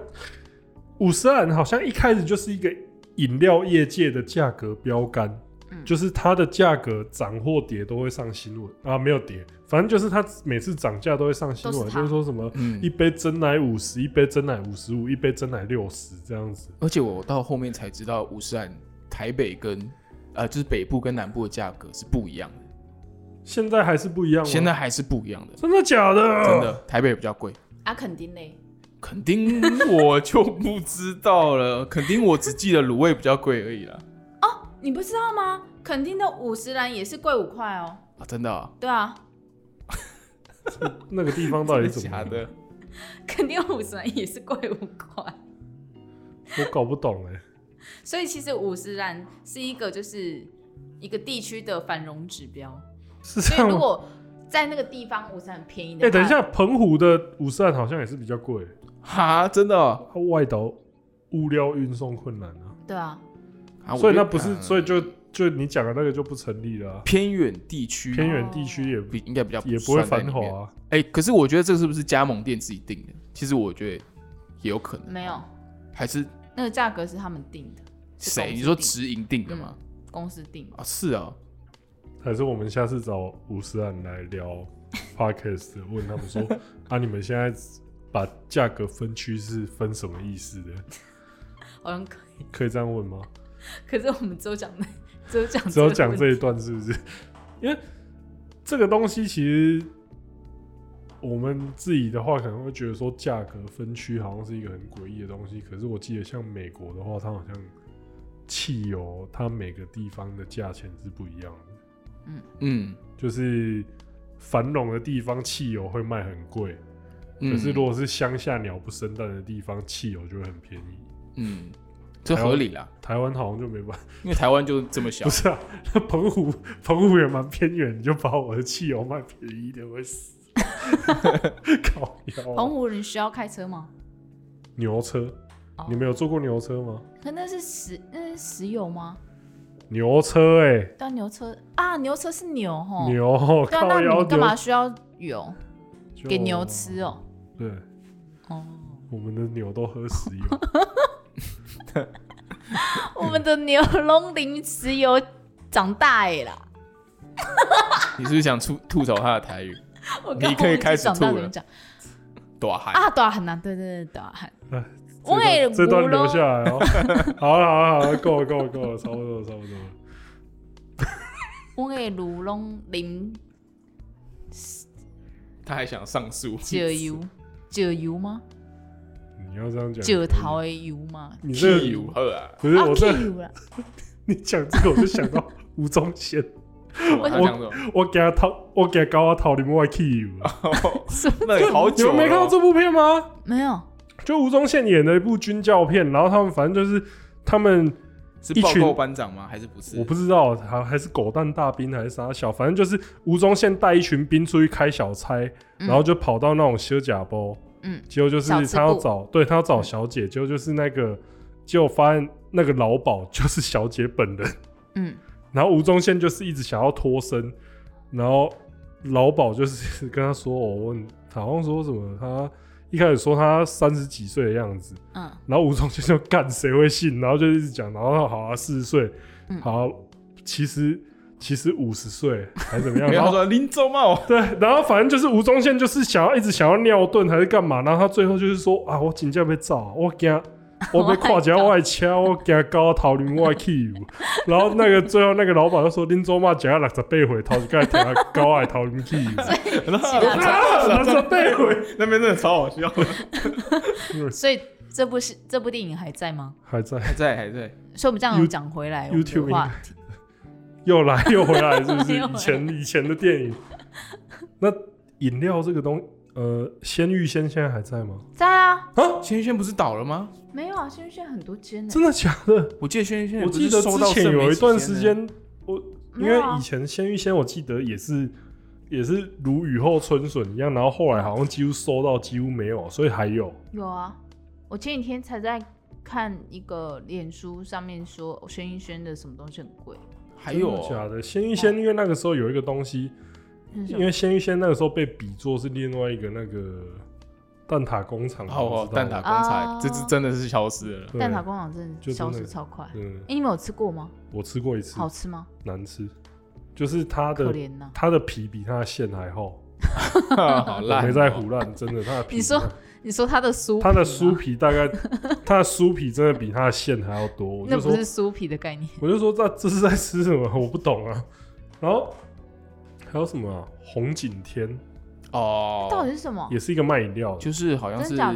Speaker 1: 50蓝好像一开始就是一个饮料业界的价格标杆，就是它的价格涨或跌都会上新闻啊，没有跌，反正就是它每次涨价都会上新闻，就是说什么一杯珍奶50，一杯珍奶55，一杯珍奶60这样子。
Speaker 2: 而且我到后面才知道，50蓝台北跟就是北部跟南部的价格是不一样的。
Speaker 1: 现在还是不一样吗？
Speaker 2: 现在还是不一样的。
Speaker 1: 真的假的？
Speaker 2: 真的，台北比较贵。
Speaker 3: 肯定嘞。
Speaker 2: 垦丁我就不知道了，垦丁我只记得卤味比较贵而已啦。
Speaker 3: 哦，你不知道吗？垦丁的50兰也是贵5块哦。
Speaker 2: 啊，真的啊？
Speaker 3: 对啊。
Speaker 1: 那个地方到底怎么
Speaker 2: 假的？
Speaker 3: 垦丁50兰也是贵5块。
Speaker 1: 我搞不懂
Speaker 3: 所以其实50兰是一个就是一个地区的繁荣指标。
Speaker 1: 是这样吗？
Speaker 3: 所以如果在那个地方50兰很便宜的话，
Speaker 1: 等一下，澎湖的50兰好像也是比较贵。
Speaker 2: 哈，真的哦？
Speaker 1: 外岛物料运送困难啊。
Speaker 3: 对啊。
Speaker 1: 所以那不是，所以就你讲的那个就不成立了啊。
Speaker 2: 偏远地区
Speaker 1: 也
Speaker 2: 应该比较
Speaker 1: 也不会繁华啊。
Speaker 2: 可是我觉得这是不是加盟店自己定的？其实我觉得也有可能。
Speaker 3: 没有，
Speaker 2: 还是
Speaker 3: 那个价格是他们定的。
Speaker 2: 谁？你说直营定的吗？
Speaker 3: 公司定
Speaker 2: 啊，是啊。
Speaker 1: 还是我们下次找50兰来聊 podcast， 问他们说啊，你们现在把价格分区是分什么意思的？
Speaker 3: 好像
Speaker 1: 可以这样问吗？
Speaker 3: 可是我们只有讲
Speaker 1: 这一段是不是？因为这个东西其实我们自己的话可能会觉得说价格分区好像是一个很诡异的东西，可是我记得像美国的话，它好像汽油它每个地方的价钱是不一样的。就是繁荣的地方汽油会卖很贵，可是如果是乡下鸟不生蛋的地方，汽油就会很便宜。
Speaker 2: 这合理啦。
Speaker 1: 台湾好像就没办法，
Speaker 2: 因为台湾就这么小。
Speaker 1: 不是啊，那澎湖也蛮偏远，你就把我的汽油卖便宜一点会死。靠腰。
Speaker 3: 澎湖人需要开车吗？
Speaker 1: 牛车，你们有坐过牛车吗？
Speaker 3: 可那是石油吗？
Speaker 1: 牛车
Speaker 3: 对，牛车啊，牛车是牛吼。
Speaker 1: 牛，
Speaker 3: 对啊，那你干嘛需要油？给牛吃哦。
Speaker 1: 对。我们的牛都喝石油。
Speaker 3: 我们的牛拢零石油长大的啦。
Speaker 2: 你是不是想吐槽他的台语？你可以开始吐了。大汉
Speaker 3: 啊，大汉啊，对，大汉。
Speaker 1: 这段留下来哦。好了，够了，差不多。
Speaker 3: 我的牛拢零。
Speaker 2: 他还想上诉。
Speaker 3: 石油吗？
Speaker 1: 你要这样讲，
Speaker 3: 石头的油嘛，
Speaker 1: 你这个
Speaker 2: 油喝啊？
Speaker 1: 不是我这，你讲这个我就想到吴宗宪。我给他搞我头里面外汽油。
Speaker 2: 那好久了。
Speaker 1: 你们没看到这部片吗？
Speaker 3: 没有。
Speaker 1: 就吴宗宪演的一部军教片，然后他们反正就是他们
Speaker 2: 是报告班长吗？还是不是？
Speaker 1: 我不知道，还是狗蛋大兵还是啥小，反正就是吴宗宪带一群兵出去开小差，然后就跑到那种修甲包。结果就是他要找小姐，结果就是结果发现那个老鸨就是小姐本人。然后吴宗宪就是一直想要脱身，然后老鸨就是跟他说，好像说什么，他一开始说他30几岁的样子，然后吴宗宪就干谁会信，然后就一直讲，然后好啊40岁，好，其实50岁还是怎么样？
Speaker 2: 然后说林州嘛，
Speaker 1: 对，然后反正就是吴宗宪就是一直想要尿遁还是干嘛，然后他最后就是说啊，我真的被炸，我被看起来我的车，我惊搞头里面我的汽油，然后最后那个老板就说林州嘛讲68岁，头一个听搞我的头里面汽油，68岁
Speaker 2: 那边真的超好笑。
Speaker 3: 所以这部电影还在吗？
Speaker 2: 还在。
Speaker 3: 所以我们这样讲回来
Speaker 1: ，YouTube 话题又回来，是不是？以前的电影。那饮料这个东西，鲜芋仙现在还在吗？
Speaker 3: 在啊。
Speaker 2: 鲜芋仙不是倒了吗？
Speaker 3: 没有啊，鲜芋仙很多间呢。
Speaker 1: 真的假的？
Speaker 2: 我记得鲜芋仙，
Speaker 1: 我记得之前有一段时间，因为以前鲜芋仙我记得也是如雨后春笋一样，然后后来好像几乎收到几乎没有，所以还有
Speaker 3: 啊。我前几天才在看一个脸书上面说鲜芋仙的什么东西很贵。
Speaker 2: 还有
Speaker 1: 真的假的？鲜芋仙因为那个时候有一个东西，因为鲜芋仙那个时候被比作是另外一个那个蛋挞工厂。
Speaker 2: 蛋挞工厂这真的是消失了。
Speaker 3: 蛋挞工厂真的消失超快。你们有吃过吗？
Speaker 1: 我吃过一次。
Speaker 3: 好吃吗？
Speaker 1: 难吃，就是它的皮比它的馅还厚。
Speaker 2: 好烂，
Speaker 1: 我没在胡乱，真的，它的皮。
Speaker 3: 你说它的酥
Speaker 1: 皮大概，它的酥皮真的比它的馅还要多。
Speaker 3: 那不是酥皮的概念。
Speaker 1: 我就说这是在吃什么？我不懂啊。然后还有什么红景天？
Speaker 3: 到底是什么？
Speaker 1: 也是一个卖饮料的，
Speaker 2: 就是好像是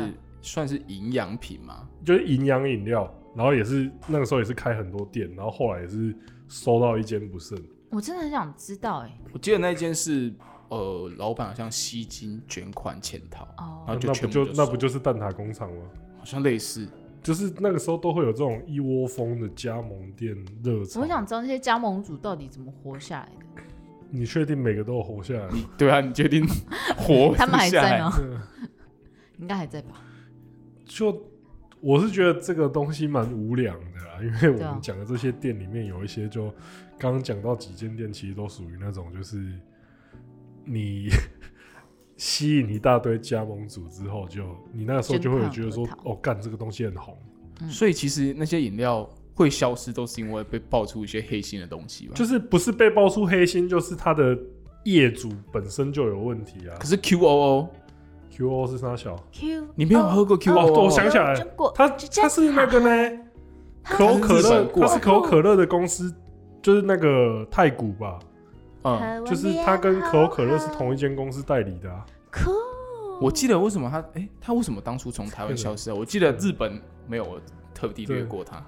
Speaker 2: 算是营养品嘛，
Speaker 1: 就是营养饮料，然后也是那个时候也是开很多店，然后后来也是收到一间不剩。
Speaker 3: 我真的很想知道
Speaker 2: 我记得那一间是老板好像吸金卷款潜逃，然后就全部
Speaker 1: 那不就是蛋挞工厂吗？
Speaker 2: 好像类似。
Speaker 1: 就是那个时候都会有这种一窝蜂的加盟店热潮。
Speaker 3: 我想知道那些加盟主到底怎么活下来的。
Speaker 1: 你确定每个都有活下来？
Speaker 2: 对啊，你确定活
Speaker 3: 他们还在吗？应该还在吧。
Speaker 1: 就我是觉得这个东西蛮无良的啦，因为我们讲的这些店里面有一些就刚刚讲到几间店，其实都属于那种就是你吸引一大堆加盟主之后，你那个时候就会有觉得说，哦，干这个东西很红，
Speaker 2: 所以其实那些饮料会消失，都是因为被爆出一些黑心的东西吧？
Speaker 1: 就是不是被爆出黑心，就是它的业主本身就有问题啊。
Speaker 2: 可是 QOO
Speaker 1: 是啥小？
Speaker 2: 你没有喝过 QOO？
Speaker 1: 我想起来了，它是那个呢，可口可乐，它是可口可乐的公司，就是那个太古吧。就是他跟可口可乐是同一间公司代理的啊。
Speaker 2: 我记得为什么他为什么当初从台湾消失啊？我记得日本没有特地略过他。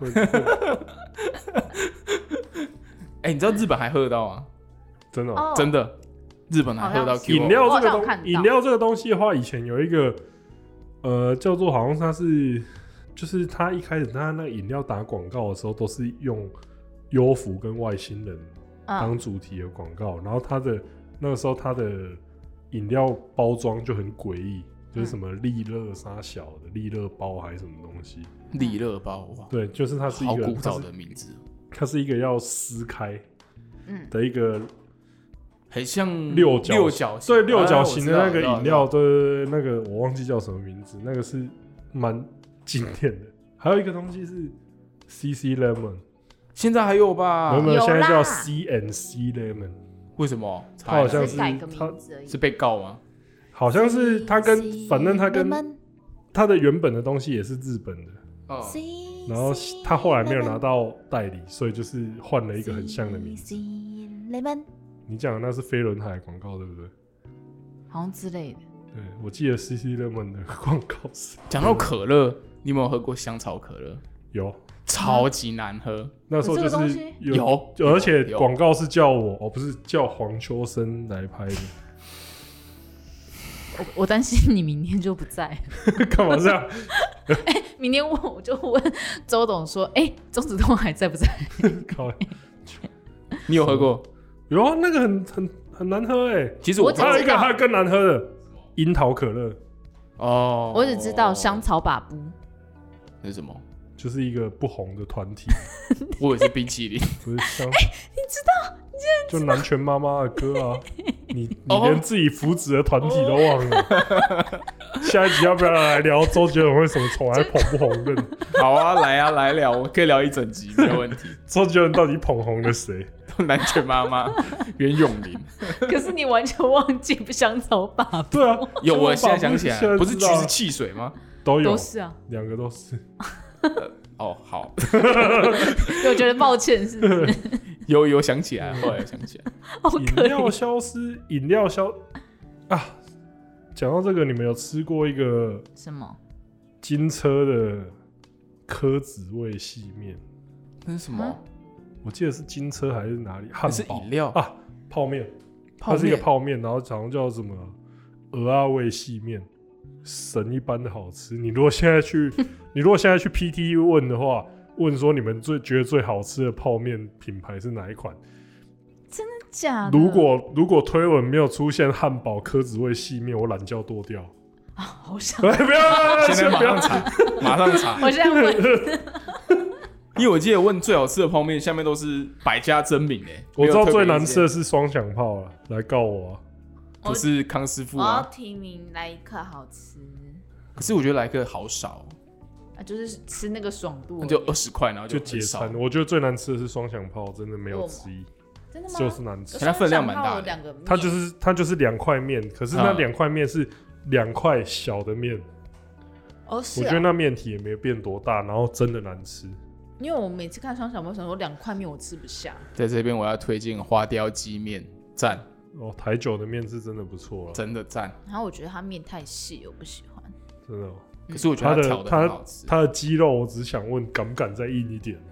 Speaker 2: 你知道日本还喝得到吗？
Speaker 1: 真的
Speaker 2: 真的，日本还喝得到 QOO。
Speaker 1: 饮料这个东西的话，以前有一个叫做好像它是，就是他一开始他那个饮料打广告的时候，都是用幽浮跟外星人当主题的广告，然后那个时候他的饮料包装就很诡异，就是什么利乐啥小的利乐包还是什么东西，
Speaker 2: 利乐包，
Speaker 1: 对，就是它是一个
Speaker 2: 好古早的名字，
Speaker 1: 它是一个要撕开的一个，
Speaker 2: 很像
Speaker 1: 六角形，对，六角形的那个饮料，对，那个我忘记叫什么名字，那个是蛮经典的。还有一个东西是 CC Lemon。
Speaker 2: 现在还有吧？
Speaker 1: 没有，现在叫 CNC Lemon。为什么？
Speaker 3: 他好像是改个名字而已。
Speaker 2: 是被告吗？
Speaker 1: 好像是他反正他跟他的原本的东西也是日本的，然后他后来没有拿到代理，所以就是换了一个很像的名字。你讲的那是飞轮海广告对不对？
Speaker 3: 好像之类的。
Speaker 1: 对，我记得 CC Lemon 的广告是。
Speaker 2: 讲到可乐，你有没有喝过香草可乐？
Speaker 1: 有。
Speaker 2: 超级难喝，
Speaker 1: 那时候就是有，而且广告是叫我，不是叫黄秋生来拍的。
Speaker 3: 我担心你明天就不在，
Speaker 1: 干嘛这样？
Speaker 3: 明天我就问周董说，钟子通还在不在？
Speaker 2: 你有喝过？
Speaker 1: 有啊，那个很难喝
Speaker 2: 其实
Speaker 1: 还有一个还更难喝的樱桃可乐。
Speaker 3: 我只知道香草把布。
Speaker 2: 那是什么？
Speaker 1: 就是一个不红的团体，
Speaker 2: 我也是冰淇淋，
Speaker 3: 不是香。你知道？
Speaker 1: 就南拳妈妈的歌啊，你连自己扶植的团体都忘了。下一集要不要来聊周杰伦为什么从来捧不红人？
Speaker 2: 好啊，来聊，我可以聊一整集，没有问题。
Speaker 1: 周杰伦到底捧红了谁？
Speaker 2: 南拳妈妈、袁咏琳。
Speaker 3: 可是你完全忘记香草把布。
Speaker 1: 对啊，
Speaker 2: 有，我现在想起来，不是橘子汽水吗？
Speaker 1: 都有，
Speaker 3: 都是啊，
Speaker 1: 两个都是。
Speaker 2: 好。
Speaker 1: 我
Speaker 3: 觉得抱歉，是不是？
Speaker 2: 有想起来，后来想起来。
Speaker 1: 饮料消失，啊！讲到这个，你们有吃过一个
Speaker 3: 什么
Speaker 1: 金车的柯子味细面？
Speaker 2: 那是什么？
Speaker 1: 我记得是金车还是哪里？汉堡
Speaker 2: 是饮料
Speaker 1: 啊，泡面，它是一个泡面，然后好像叫什么鹅啊味细面。神一般的好吃。你如果现在去 PT 问的话，问说你们觉得最好吃的泡面品牌是哪一款？
Speaker 3: 真的假的？
Speaker 1: 如果推文没有出现汉堡柯子味细面，我懒觉剁掉。
Speaker 3: 好想
Speaker 1: 不要！
Speaker 2: 现在马上查。
Speaker 3: 我现在问，
Speaker 2: 因为我记得问最好吃的泡面，下面都是百家争鸣
Speaker 1: 我知道最难吃的是双响炮了，来告我啊！
Speaker 2: 不是康师傅啊！
Speaker 3: 我要提名来一克好吃，
Speaker 2: 可是我觉得来一克好少
Speaker 3: 就是吃那个爽度，
Speaker 2: 那就20块，然后
Speaker 1: 就解餐。我觉得最难吃的是双响炮，真的没有之一。
Speaker 3: 真的吗？
Speaker 1: 就是难吃，
Speaker 2: 它分量蛮大的。
Speaker 1: 它就是2块面，可是那2块面是2块小的面。我觉得那面体也没变多大，然后真的难吃。
Speaker 3: 因为我每次看双响炮，想说2块面我吃不下。
Speaker 2: 在这边我要推荐花雕鸡面，赞。
Speaker 1: 台酒的面是真的不错了，
Speaker 2: 真的赞。
Speaker 3: 然后我觉得它面太细，我不喜欢。
Speaker 1: 真的
Speaker 2: 可是我觉得它炒的很好吃。
Speaker 1: 它的鸡肉，我只想问，敢不敢再硬一点？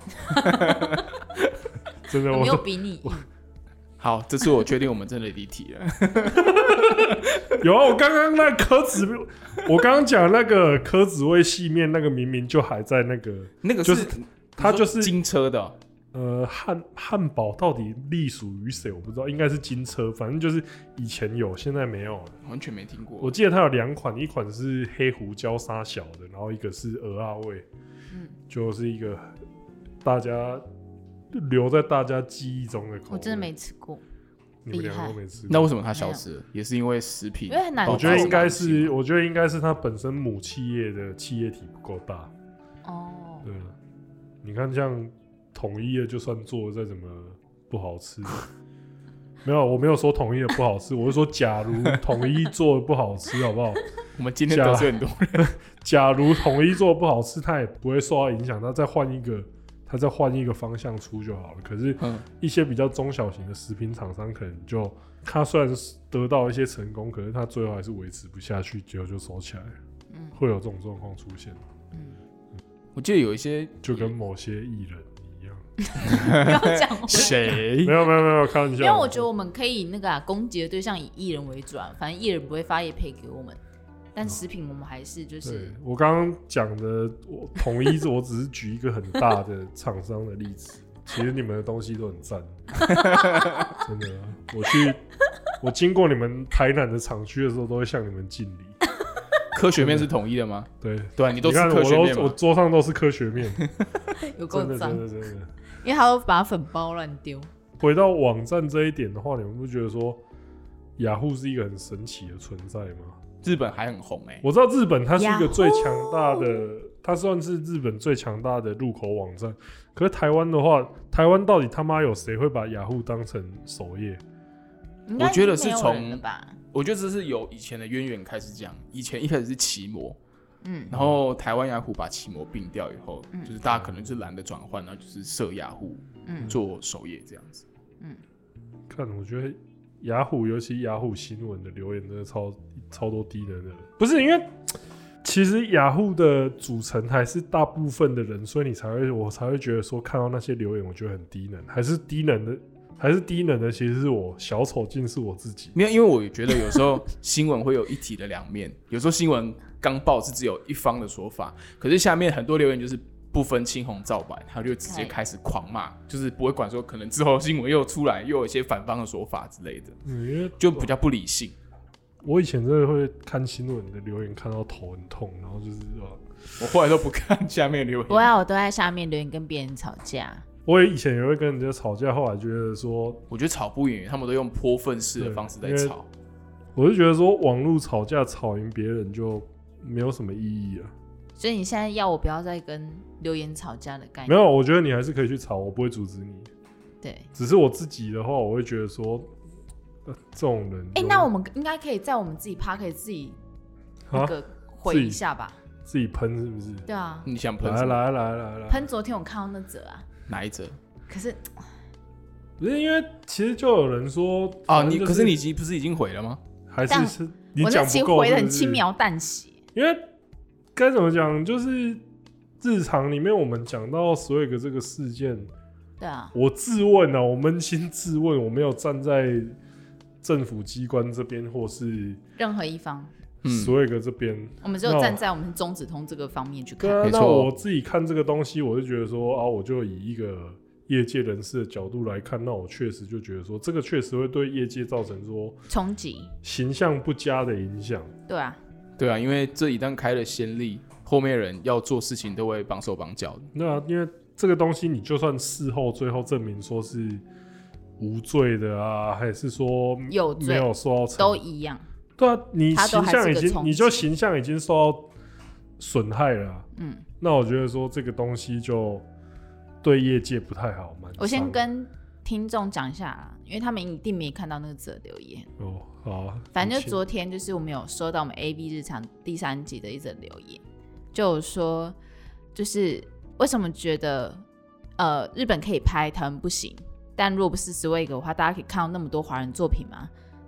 Speaker 1: 真的，
Speaker 3: 我没有比你硬。
Speaker 2: 好，这次我确定我们真的离题了。
Speaker 1: 有啊，我刚刚那我刚刚讲那个柯子味细面，那个明明就还在那个
Speaker 2: 就是
Speaker 1: 它就是
Speaker 2: 金车的
Speaker 1: 汉堡到底隶属于谁？我不知道，应该是金车，反正就是以前有，现在没有了，
Speaker 2: 完全没听过。
Speaker 1: 我记得它有2款，一款是黑胡椒沙小的，然后一个是鹅啊味，就是一个大家留在大家记忆中的口味。
Speaker 3: 我真的没吃过，
Speaker 1: 你们2个都没吃过。
Speaker 2: 那为什么它消失了？也是因为食品？
Speaker 3: 因为很难。
Speaker 1: 我觉得应该是它本身母企业的企业体不够大。
Speaker 3: 哦，
Speaker 1: 对，你看像统一的，就算做的再怎么不好吃，没有，我没有说统一的不好吃，我是说假如统一做的不好吃，好不好？
Speaker 2: 我们今天得罪很多人。
Speaker 1: 假如统一做的不好吃，它也不会受到影响，它再换一个方向出就好了。可是，一些比较中小型的食品厂商，可能就他虽然得到一些成功，可是他最后还是维持不下去，结果就收起来了。会有这种状况出现。
Speaker 2: 我记得有一些
Speaker 1: 就跟某些艺人一样。
Speaker 3: 不要讲
Speaker 2: 谁？
Speaker 1: 没有，开玩笑。
Speaker 3: 因为我觉得我们可以攻击的对象以艺人为主，反正艺人不会发业配给我们。但食品我们还是就是，
Speaker 1: 我刚刚讲的，我统一，我只是举一个很大的厂商的例子。其实你们的东西都很赞，真的。我经过你们台南的厂区的时候，都会向你们敬礼。
Speaker 2: 科学面是统一的吗？
Speaker 1: 对，
Speaker 2: 你都吃科学面吗？
Speaker 1: 我桌上都是科学面，
Speaker 3: 有够脏，
Speaker 1: 真的。
Speaker 3: 因为他都把粉包乱丢。
Speaker 1: 回到网站这一点的话，你们不觉得说雅虎是一个很神奇的存在吗？
Speaker 2: 日本还很红
Speaker 1: 我知道日本它是一个最强大的，它算是日本最强大的入口网站。可是台湾的话，台湾到底他妈有谁会把雅虎当成首页？
Speaker 2: 我觉得是从，我觉得这是有以前的渊源开始讲。以前一开始是奇摩，然后台湾雅虎把奇摩并掉以后，就是大家可能就懒得转换，然后就是设雅虎，做首页这样子。
Speaker 1: 看，我觉得雅虎，尤其雅虎新闻的留言真的超多低能的，不是因为其实雅虎的组成还是大部分的人，所以我才会觉得说看到那些留言，我觉得很低能，还是低能的，其实是我小丑竟是我自己。
Speaker 2: 没有，因为我觉得有时候新闻会有一体的两面，有时候新闻刚报是只有一方的说法，可是下面很多留言就是不分青红皂白，他就直接开始狂骂，就是不会管说可能之后新闻又出来又有一些反方的说法之类的，
Speaker 1: 因为
Speaker 2: 就比较不理性。
Speaker 1: 我以前真的会看新闻的留言看到头很痛，然后就是
Speaker 2: 我后来都不看下面留言。
Speaker 3: 我都在下面留言跟别人吵架。
Speaker 1: 我以前也会跟人家吵架，后来觉得说，
Speaker 2: 我觉得吵不赢，他们都用泼粪式的方式在吵。
Speaker 1: 我就觉得说，网络吵架吵赢别人就没有什么意义了。
Speaker 3: 所以你现在要我不要再跟留言吵架的概念？
Speaker 1: 没有，我觉得你还是可以去吵，我不会阻止你。
Speaker 3: 对，
Speaker 1: 只是我自己的话，我会觉得说，这种人，
Speaker 3: 那我们应该可以在我们自己 Podcast 自己那个回一下吧？
Speaker 1: 自己喷是不是？
Speaker 3: 对啊，
Speaker 2: 你想喷？
Speaker 1: 来，
Speaker 3: 喷昨天我看到那则啊。
Speaker 2: 哪一则？
Speaker 3: 可是
Speaker 1: 不是因为其实就有人说
Speaker 2: 可是你不是已经回了吗？
Speaker 1: 还是你讲不够？
Speaker 3: 我那期回的很轻描淡写。
Speaker 1: 因为该怎么讲，就是日常里面我们讲到Swag这个事件，
Speaker 3: 对啊，
Speaker 1: 我自问啊，我扪心自问，我没有站在政府机关这边或是
Speaker 3: 任何一方。
Speaker 1: Swag这边，
Speaker 3: 我们只有站在我们中指通这个方面去看。
Speaker 1: 对啊，那我自己看这个东西，我就觉得说啊，我就以一个业界人士的角度来看，那我确实就觉得说，这个确实会对业界造成说
Speaker 3: 冲击、
Speaker 1: 形象不佳的影响。
Speaker 2: 对啊，因为这一旦开了先例，后面人要做事情都会绑手绑脚的。
Speaker 1: 对啊，因为这个东西，你就算事后最后证明说是无罪的啊，还是说
Speaker 3: 有罪
Speaker 1: 没有受到惩罚，
Speaker 3: 都一样。
Speaker 1: 对啊，你形象已经受到损害了啊。那我觉得说这个东西就对业界不太好。
Speaker 3: 我先跟听众讲一下啦，因为他们一定没看到那个则留言。
Speaker 1: 好啊。
Speaker 3: 反正就昨天就是我们有收到我们 AB 日常第3集的一则留言，就有说就是为什么觉得日本可以拍，台湾不行？但如果不是Swag的话，大家可以看到那么多华人作品吗？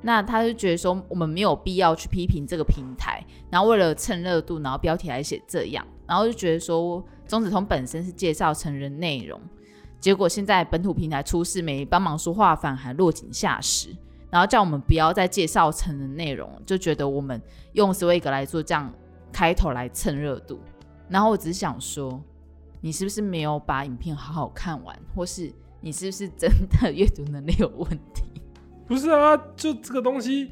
Speaker 3: 那他就觉得说我们没有必要去批评这个平台，然后为了蹭热度，然后标题还写这样，然后就觉得说中子通本身是介绍成人内容，结果现在本土平台出事没帮忙说话，反而还落井下石，然后叫我们不要再介绍成人内容，就觉得我们用 Swag 来做这样开头来蹭热度。然后我只是想说，你是不是没有把影片好好看完，或是你是不是真的阅读能力有问题？
Speaker 1: 不是啊，就这个东西，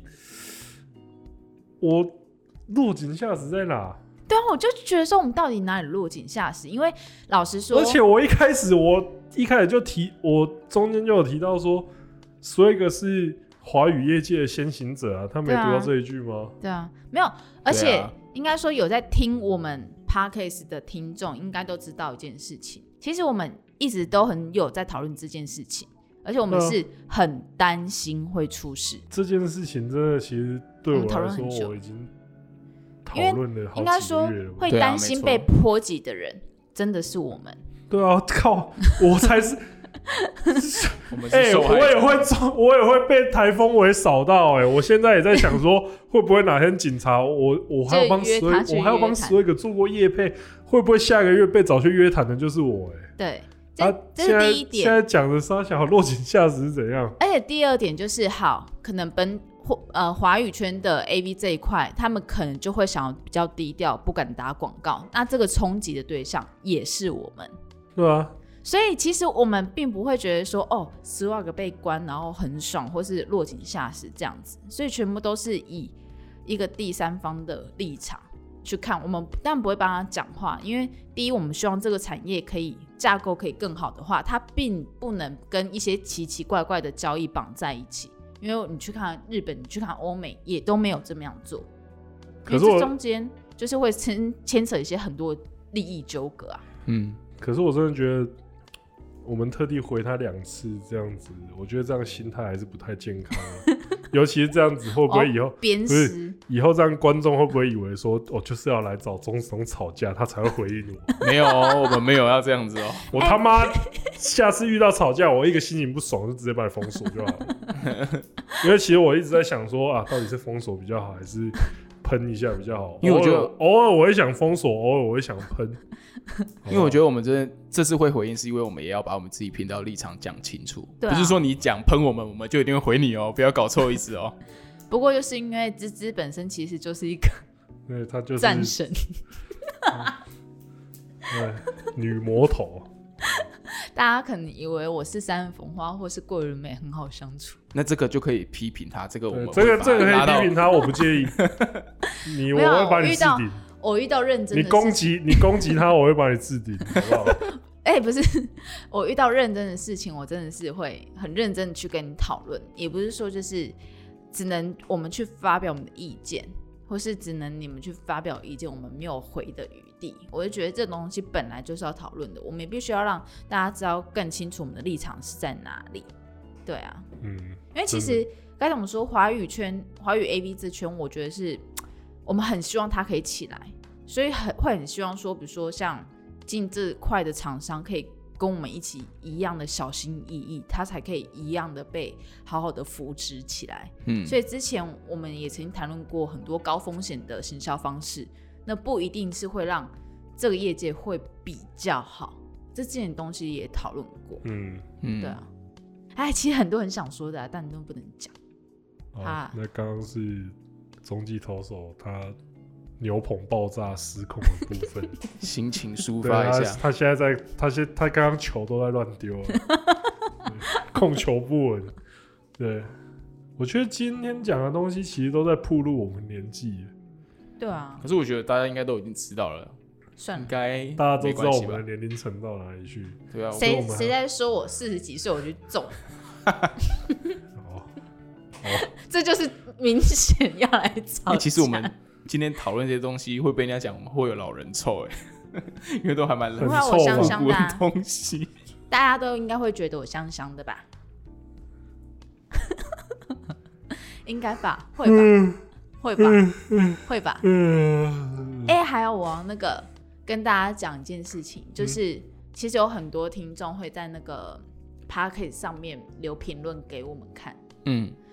Speaker 1: 我落井下石在哪？
Speaker 3: 对啊，我就觉得说我们到底哪里落井下石？因为老实说，
Speaker 1: 而且我一开始就提，我中间就有提到说，Swag 是华语业界的先行者啊，他没读到这一句吗？
Speaker 3: 对啊，没有，而且应该说有在听我们 Podcast 的听众应该都知道一件事情，其实我们一直都很有在讨论这件事情。而且我们是很担心会出事，
Speaker 1: 这件事情真的其实对我来说，我已经讨论了好几个月了。
Speaker 3: 应该说会担心被波及的人，真的是我们。
Speaker 1: 对啊，靠，我才是。
Speaker 2: 我们是受害者。
Speaker 1: 我也会被台风尾扫到我现在也在想说，会不会哪天警察我还要帮Swag做过业配，会不会下个月被找去约谈的就是我
Speaker 3: 对。这是第一点。
Speaker 1: 现在讲的沙小落井下石是怎样？
Speaker 3: 而且第二点就是，好，可能华语圈的 AV 这一块，他们可能就会想要比较低调，不敢打广告。那这个冲击的对象也是我们，
Speaker 1: 对啊。
Speaker 3: 所以其实我们并不会觉得说，Swag 被关然后很爽，或是落井下石这样子。所以全部都是以一个第三方的立场去看，我们当然不会帮他讲话，因为第一，我们希望这个产业可以架构可以更好的话，它并不能跟一些奇奇怪怪的交易绑在一起，因为你去看日本，你去看欧美，也都没有这么样做，可是这中间就是会牵扯一些很多利益纠葛啊。
Speaker 1: 可是我真的觉得，我们特地回他2次这样子，我觉得这样心态还是不太健康尤其是这样子，会不会以后
Speaker 3: 鞭尸？
Speaker 1: 以后这样观众会不会以为说，就是要来找中松吵架，他才会回应我？
Speaker 2: 没有我们没有要这样子
Speaker 1: 我他妈下次遇到吵架，我一个心情不爽就直接把你封锁就好了。因为其实我一直在想说到底是封锁比较好，还是喷一下比较好？
Speaker 2: 因为我觉得
Speaker 1: 偶尔我会想封锁，偶尔我会想喷。
Speaker 2: 因为我觉得我们这次会回应，是因为我们也要把我们自己频道立场讲清楚，不是说你讲喷我们，我们就一定会回你不要搞错意思
Speaker 3: 不过就是因为芝芝本身其实就是一个，
Speaker 1: 对，他就是
Speaker 3: 战神，
Speaker 1: 对，女魔头。
Speaker 3: 大家可能以为我是三人逢花或是桂纶镁很好相处，
Speaker 2: 那这个就可以批评他，这个我们
Speaker 1: 这个可以批评他，我不介意。我会把你置顶。
Speaker 3: 我遇到认真的
Speaker 1: 你攻击他，我会把你置顶，好不好？
Speaker 3: 不是，我遇到认真的事情，我真的是会很认真的去跟你讨论，也不是说就是只能我们去发表我们的意见，或是只能你们去发表意见，我们没有回的余地。我就觉得这东西本来就是要讨论的，我们也必须要让大家知道更清楚我们的立场是在哪里。对啊，因为其实该怎么说，华语 AV 这圈，我觉得是我们很希望它可以起来，所以会很希望说，比如说像进这块的厂商可以跟我们一起一样的小心翼翼，它才可以一样的被好好的扶植起来。所以之前我们也曾经谈论过很多高风险的行销方式，那不一定是会让这个业界会比较好，这件东西也讨论过。对啊。其实很多人想说的但都不能讲。
Speaker 1: 那刚刚是中继投手他牛棚爆炸失控的部分，
Speaker 2: 心情抒发一下。
Speaker 1: 他现在他刚刚球都在乱丢了，控球不稳。对，我觉得今天讲的东西其实都在暴露我们年纪。
Speaker 3: 对啊。
Speaker 2: 可是我觉得大家应该都已经知道了。
Speaker 3: 算了，
Speaker 2: 应该
Speaker 1: 大家都知道我们的年龄层到哪里去。
Speaker 2: 对啊，
Speaker 3: 谁在说我40几岁我就中？这就是明显要来吵架。
Speaker 2: 其实我们今天讨论这些东西会被人家讲我们会有老人臭因为都还蛮
Speaker 3: 很臭香香的
Speaker 2: 东西，
Speaker 3: 大家都应该会觉得我香香的吧？应该吧？会吧？会吧？会吧？还有我那个跟大家讲一件事情，就是其实有很多听众会在那个 Podcast 上面留评论给我们看。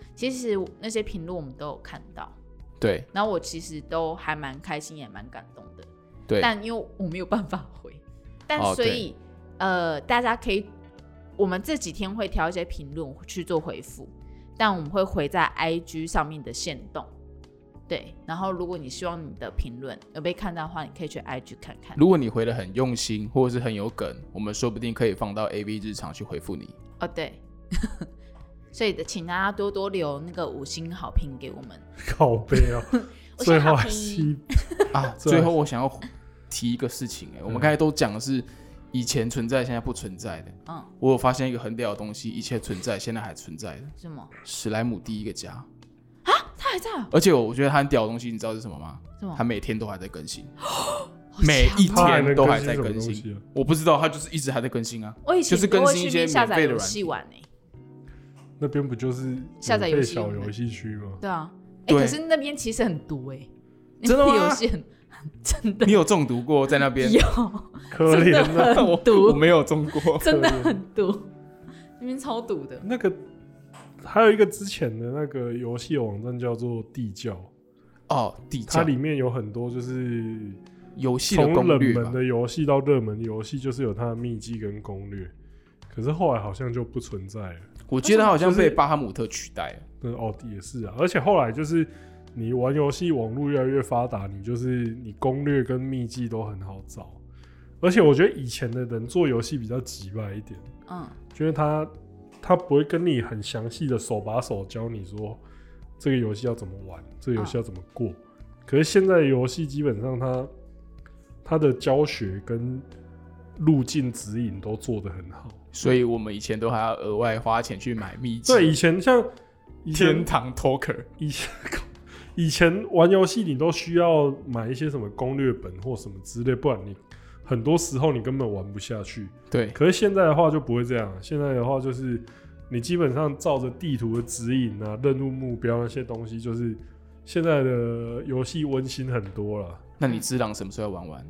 Speaker 3: 其实那些评论我们都有看到，
Speaker 2: 对，
Speaker 3: 然后我其实都还蛮开心也蛮感动的，
Speaker 2: 对，
Speaker 3: 但因为我没有办法回，但所以、大家可以，我们这几天会挑一些评论去做回复，但我们会回在 IG 上面的限动。对，然后如果你希望你的评论有被看到的话，你可以去 IG 看看。
Speaker 2: 如果你回得很用心，或者是很有梗，我们说不定可以放到 AV 日常去回复你。
Speaker 3: 哦，对，所以请大家多多留那个5星好评给我们。
Speaker 1: 靠背哦，最后还是
Speaker 2: 最后我想要提一个事情，我们刚才都讲的是以前存在，现在不存在的。我有发现一个很屌的东西，以前存在，现在还存在的。
Speaker 3: 什么？
Speaker 2: 史莱姆第一个家。
Speaker 3: 啊，他还在啊！
Speaker 2: 而且我觉得他很屌的东西，你知道是什么吗？
Speaker 3: 什么？
Speaker 2: 他每天都还在更新，每一天都还在更新。我不知道，他就是一直还在更新啊。
Speaker 3: 我以前
Speaker 2: 就是更新一些免费的软
Speaker 3: 件玩欸。
Speaker 1: 那边不就是
Speaker 3: 下载游戏
Speaker 1: 小游戏区吗？
Speaker 3: 对啊，可是那边其实很毒
Speaker 2: 真的吗？
Speaker 3: 游戏很真的。
Speaker 2: 你有中毒过在那边？
Speaker 3: 有，
Speaker 1: 可怜的，
Speaker 2: 我没有中过，
Speaker 3: 真的很毒，那边超毒的。
Speaker 1: 那个还有一个之前的那个游戏网站叫做地窖
Speaker 2: 地窖，
Speaker 1: 它里面有很多就是
Speaker 2: 游戏的攻略，
Speaker 1: 从冷门的游戏到热门的游戏，就是有它的秘籍跟攻略。可是后来好像就不存在了。
Speaker 2: 我记得它好像被巴哈姆特取代了。
Speaker 1: 也是啊，而且后来就是你玩游戏，网络越来越发达，你攻略跟秘籍都很好找。而且我觉得以前的人做游戏比较急败一点，就是他不会跟你很详细的手把手教你说这个游戏要怎么玩，这个游戏要怎么过。可是现在的游戏基本上它的教学跟路径指引都做得很好，
Speaker 2: 所以我们以前都还要额外花钱去买秘籍。
Speaker 1: 对，以前
Speaker 2: 天堂 Talker，
Speaker 1: 以前玩游戏你都需要买一些什么攻略本或什么之类，不然你很多时候你根本玩不下去。
Speaker 2: 对，
Speaker 1: 可是现在的话就不会这样，现在的话就是你基本上照着地图的指引啊、任务目标那些东西，就是现在的游戏温馨很多了。
Speaker 2: 那你只狼什么时候要玩完？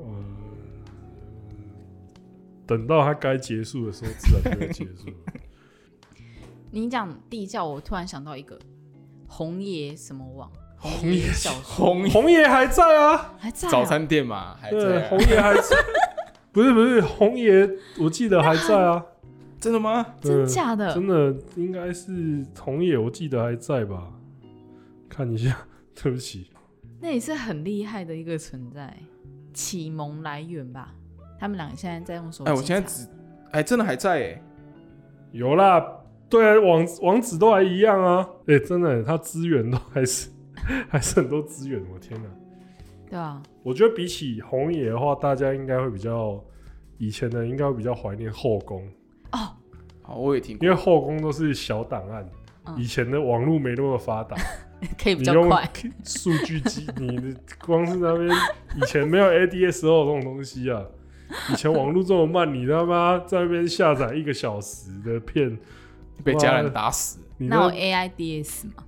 Speaker 1: 等到它该结束的时候，自然就会结束。
Speaker 3: 你讲地窖，我突然想到一个红爷什么网，
Speaker 1: 红爷还在啊，
Speaker 3: 还在
Speaker 2: 早餐店嘛，还在、
Speaker 1: 对，红爷还在。不是红爷，我记得还在啊。
Speaker 2: 真的吗？
Speaker 3: 真假的？
Speaker 1: 真的应该是红爷，我记得还在吧？看一下，对不起。
Speaker 3: 那也是很厉害的一个存在，启蒙来源吧。他们两个现在在用手机。
Speaker 2: 我现在真的还在
Speaker 1: 有啦，对啊，网址都还一样啊。真的，它资源都还是很多资源，我天哪！
Speaker 3: 对啊，
Speaker 1: 我觉得比起红野的话，大家应该会比较以前的，应该会比较怀念后宫。
Speaker 2: 我也听过，
Speaker 1: 因为后宫都是小档案，以前的网络没那么发达。
Speaker 3: 可以比较快，
Speaker 1: 数据机，你光是那边以前没有 ADSL 这种东西啊，以前网络这么慢，你他妈在那边下载1个小时的片，
Speaker 2: 被家人打死。
Speaker 3: 那有 AIDS 吗？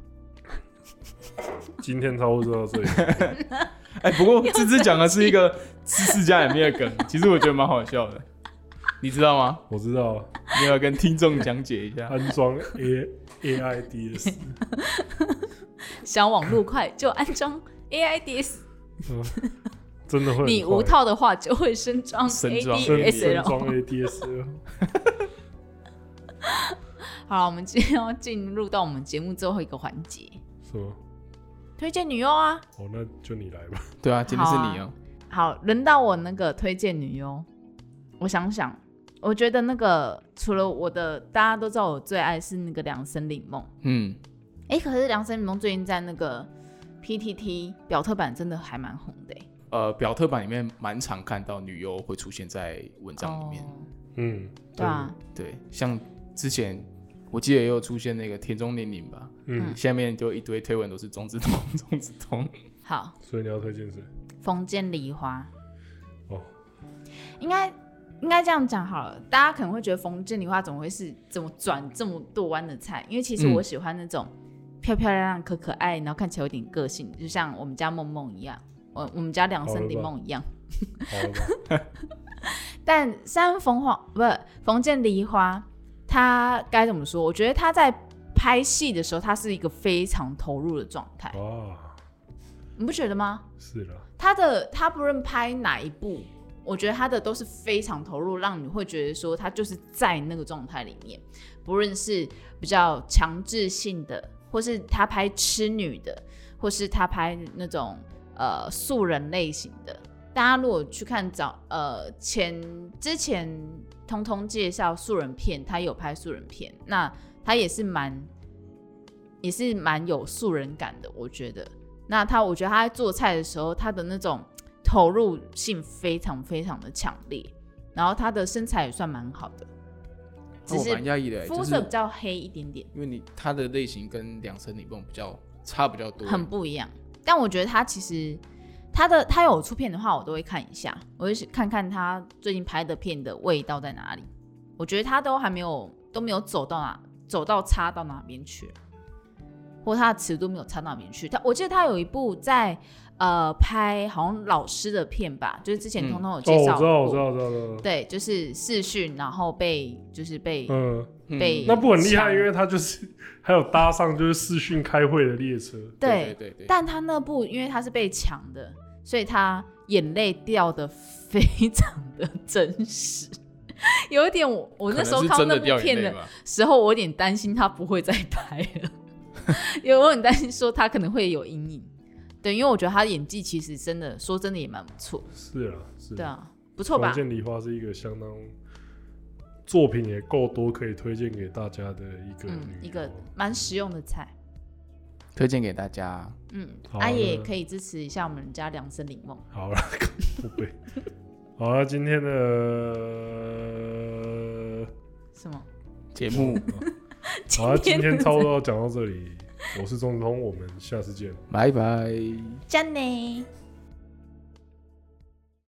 Speaker 1: 今天差不多到这里。
Speaker 2: 不过芝芝讲的是一个知识家里面的梗，其实我觉得蛮好笑的，你知道吗？
Speaker 1: 我知道，
Speaker 2: 你要跟听众讲解一下。
Speaker 1: 安装 AIDS。
Speaker 3: 想网路快就安装 AIDS。
Speaker 1: 真的会。
Speaker 3: 你无套的话就会升装 ADSL。
Speaker 1: 升装 ADSL。
Speaker 3: 好，我们今天要进入到我们节目最后一个环节。
Speaker 1: 什么？
Speaker 3: 推荐女优啊。
Speaker 1: 那就你来吧。
Speaker 2: 对啊，今天是你哦。
Speaker 3: 好，轮到我那个推荐女优。我想想，我觉得那个除了我的，大家都知道我最爱是那个梁森岭梦。可是梁森岭梦最近在那个 PTT 表特版真的还蛮红的。
Speaker 2: 表特版里面蛮常看到女优会出现在文章里面。
Speaker 3: 对啊，
Speaker 2: 对，像之前我记得也有出现那个田中玲玲吧，下面就一堆推文都是中子通。
Speaker 3: 好，
Speaker 1: 所以你要推荐谁？
Speaker 3: 风间梨花。应该这样讲好了，大家可能会觉得风间梨花怎么会是怎么转这么多弯的菜？因为其实我喜欢那种漂漂亮亮、可可爱，然后看起来有点个性，就像我们家梦梦一样，我们家梁森林梦一样。
Speaker 1: 好了吧。
Speaker 3: 但山风间梨花，他该怎么说？我觉得他在拍戏的时候，他是一个非常投入的状态。
Speaker 1: 哇，
Speaker 3: 你不觉得吗？
Speaker 1: 是了，
Speaker 3: 他不论拍哪一部，我觉得他的都是非常投入，让你会觉得说他就是在那个状态里面。不论是比较强制性的，或是他拍痴女的，或是他拍那种素人类型的。大家如果去看之前通通介绍素人片，他有拍素人片，那他也是蛮有素人感的，我觉得。那我觉得他在做菜的时候，他的那种投入性非常非常的强烈，然后他的身材也算蛮好的，只是肤色比较黑一点点，
Speaker 2: 因为他的类型跟两生女梦差比较多，
Speaker 3: 很不一样。但我觉得他其实他有出片的话，我都会看一下，我会看看他最近拍的片的味道在哪里。我觉得他都没有走到差到哪边去，或他的尺度没有差到哪边去。我记得他有一部在拍好像老师的片吧，就是之前通通有介绍过。
Speaker 1: 我知道。对，
Speaker 3: 就是视讯，然后被
Speaker 1: 那部很厉害，因为他就是还有搭上就是视讯开会的列车。
Speaker 3: 对，但他那部因为他是被抢的，所以他眼泪掉的非常的真实。有一点我那时候看那部片的时候，我有点担心他不会再拍了，因为我很担心说他可能会有阴影。对，因为我觉得他的演技其实说真的也蛮不错。
Speaker 1: 是啊，
Speaker 3: 对啊，不错吧？
Speaker 1: 房间梨花是一个相当作品也够多，可以推荐给大家的一个
Speaker 3: 蛮实用的菜，
Speaker 2: 推荐给大家。
Speaker 3: 也可以支持一下我们家两生领梦。
Speaker 1: 好了，对，好了，今天的
Speaker 3: 什么
Speaker 2: 节目？
Speaker 1: 好了，今天差不多讲到这里。我是钟子通，我们下次见，
Speaker 2: 拜拜，
Speaker 3: 再见。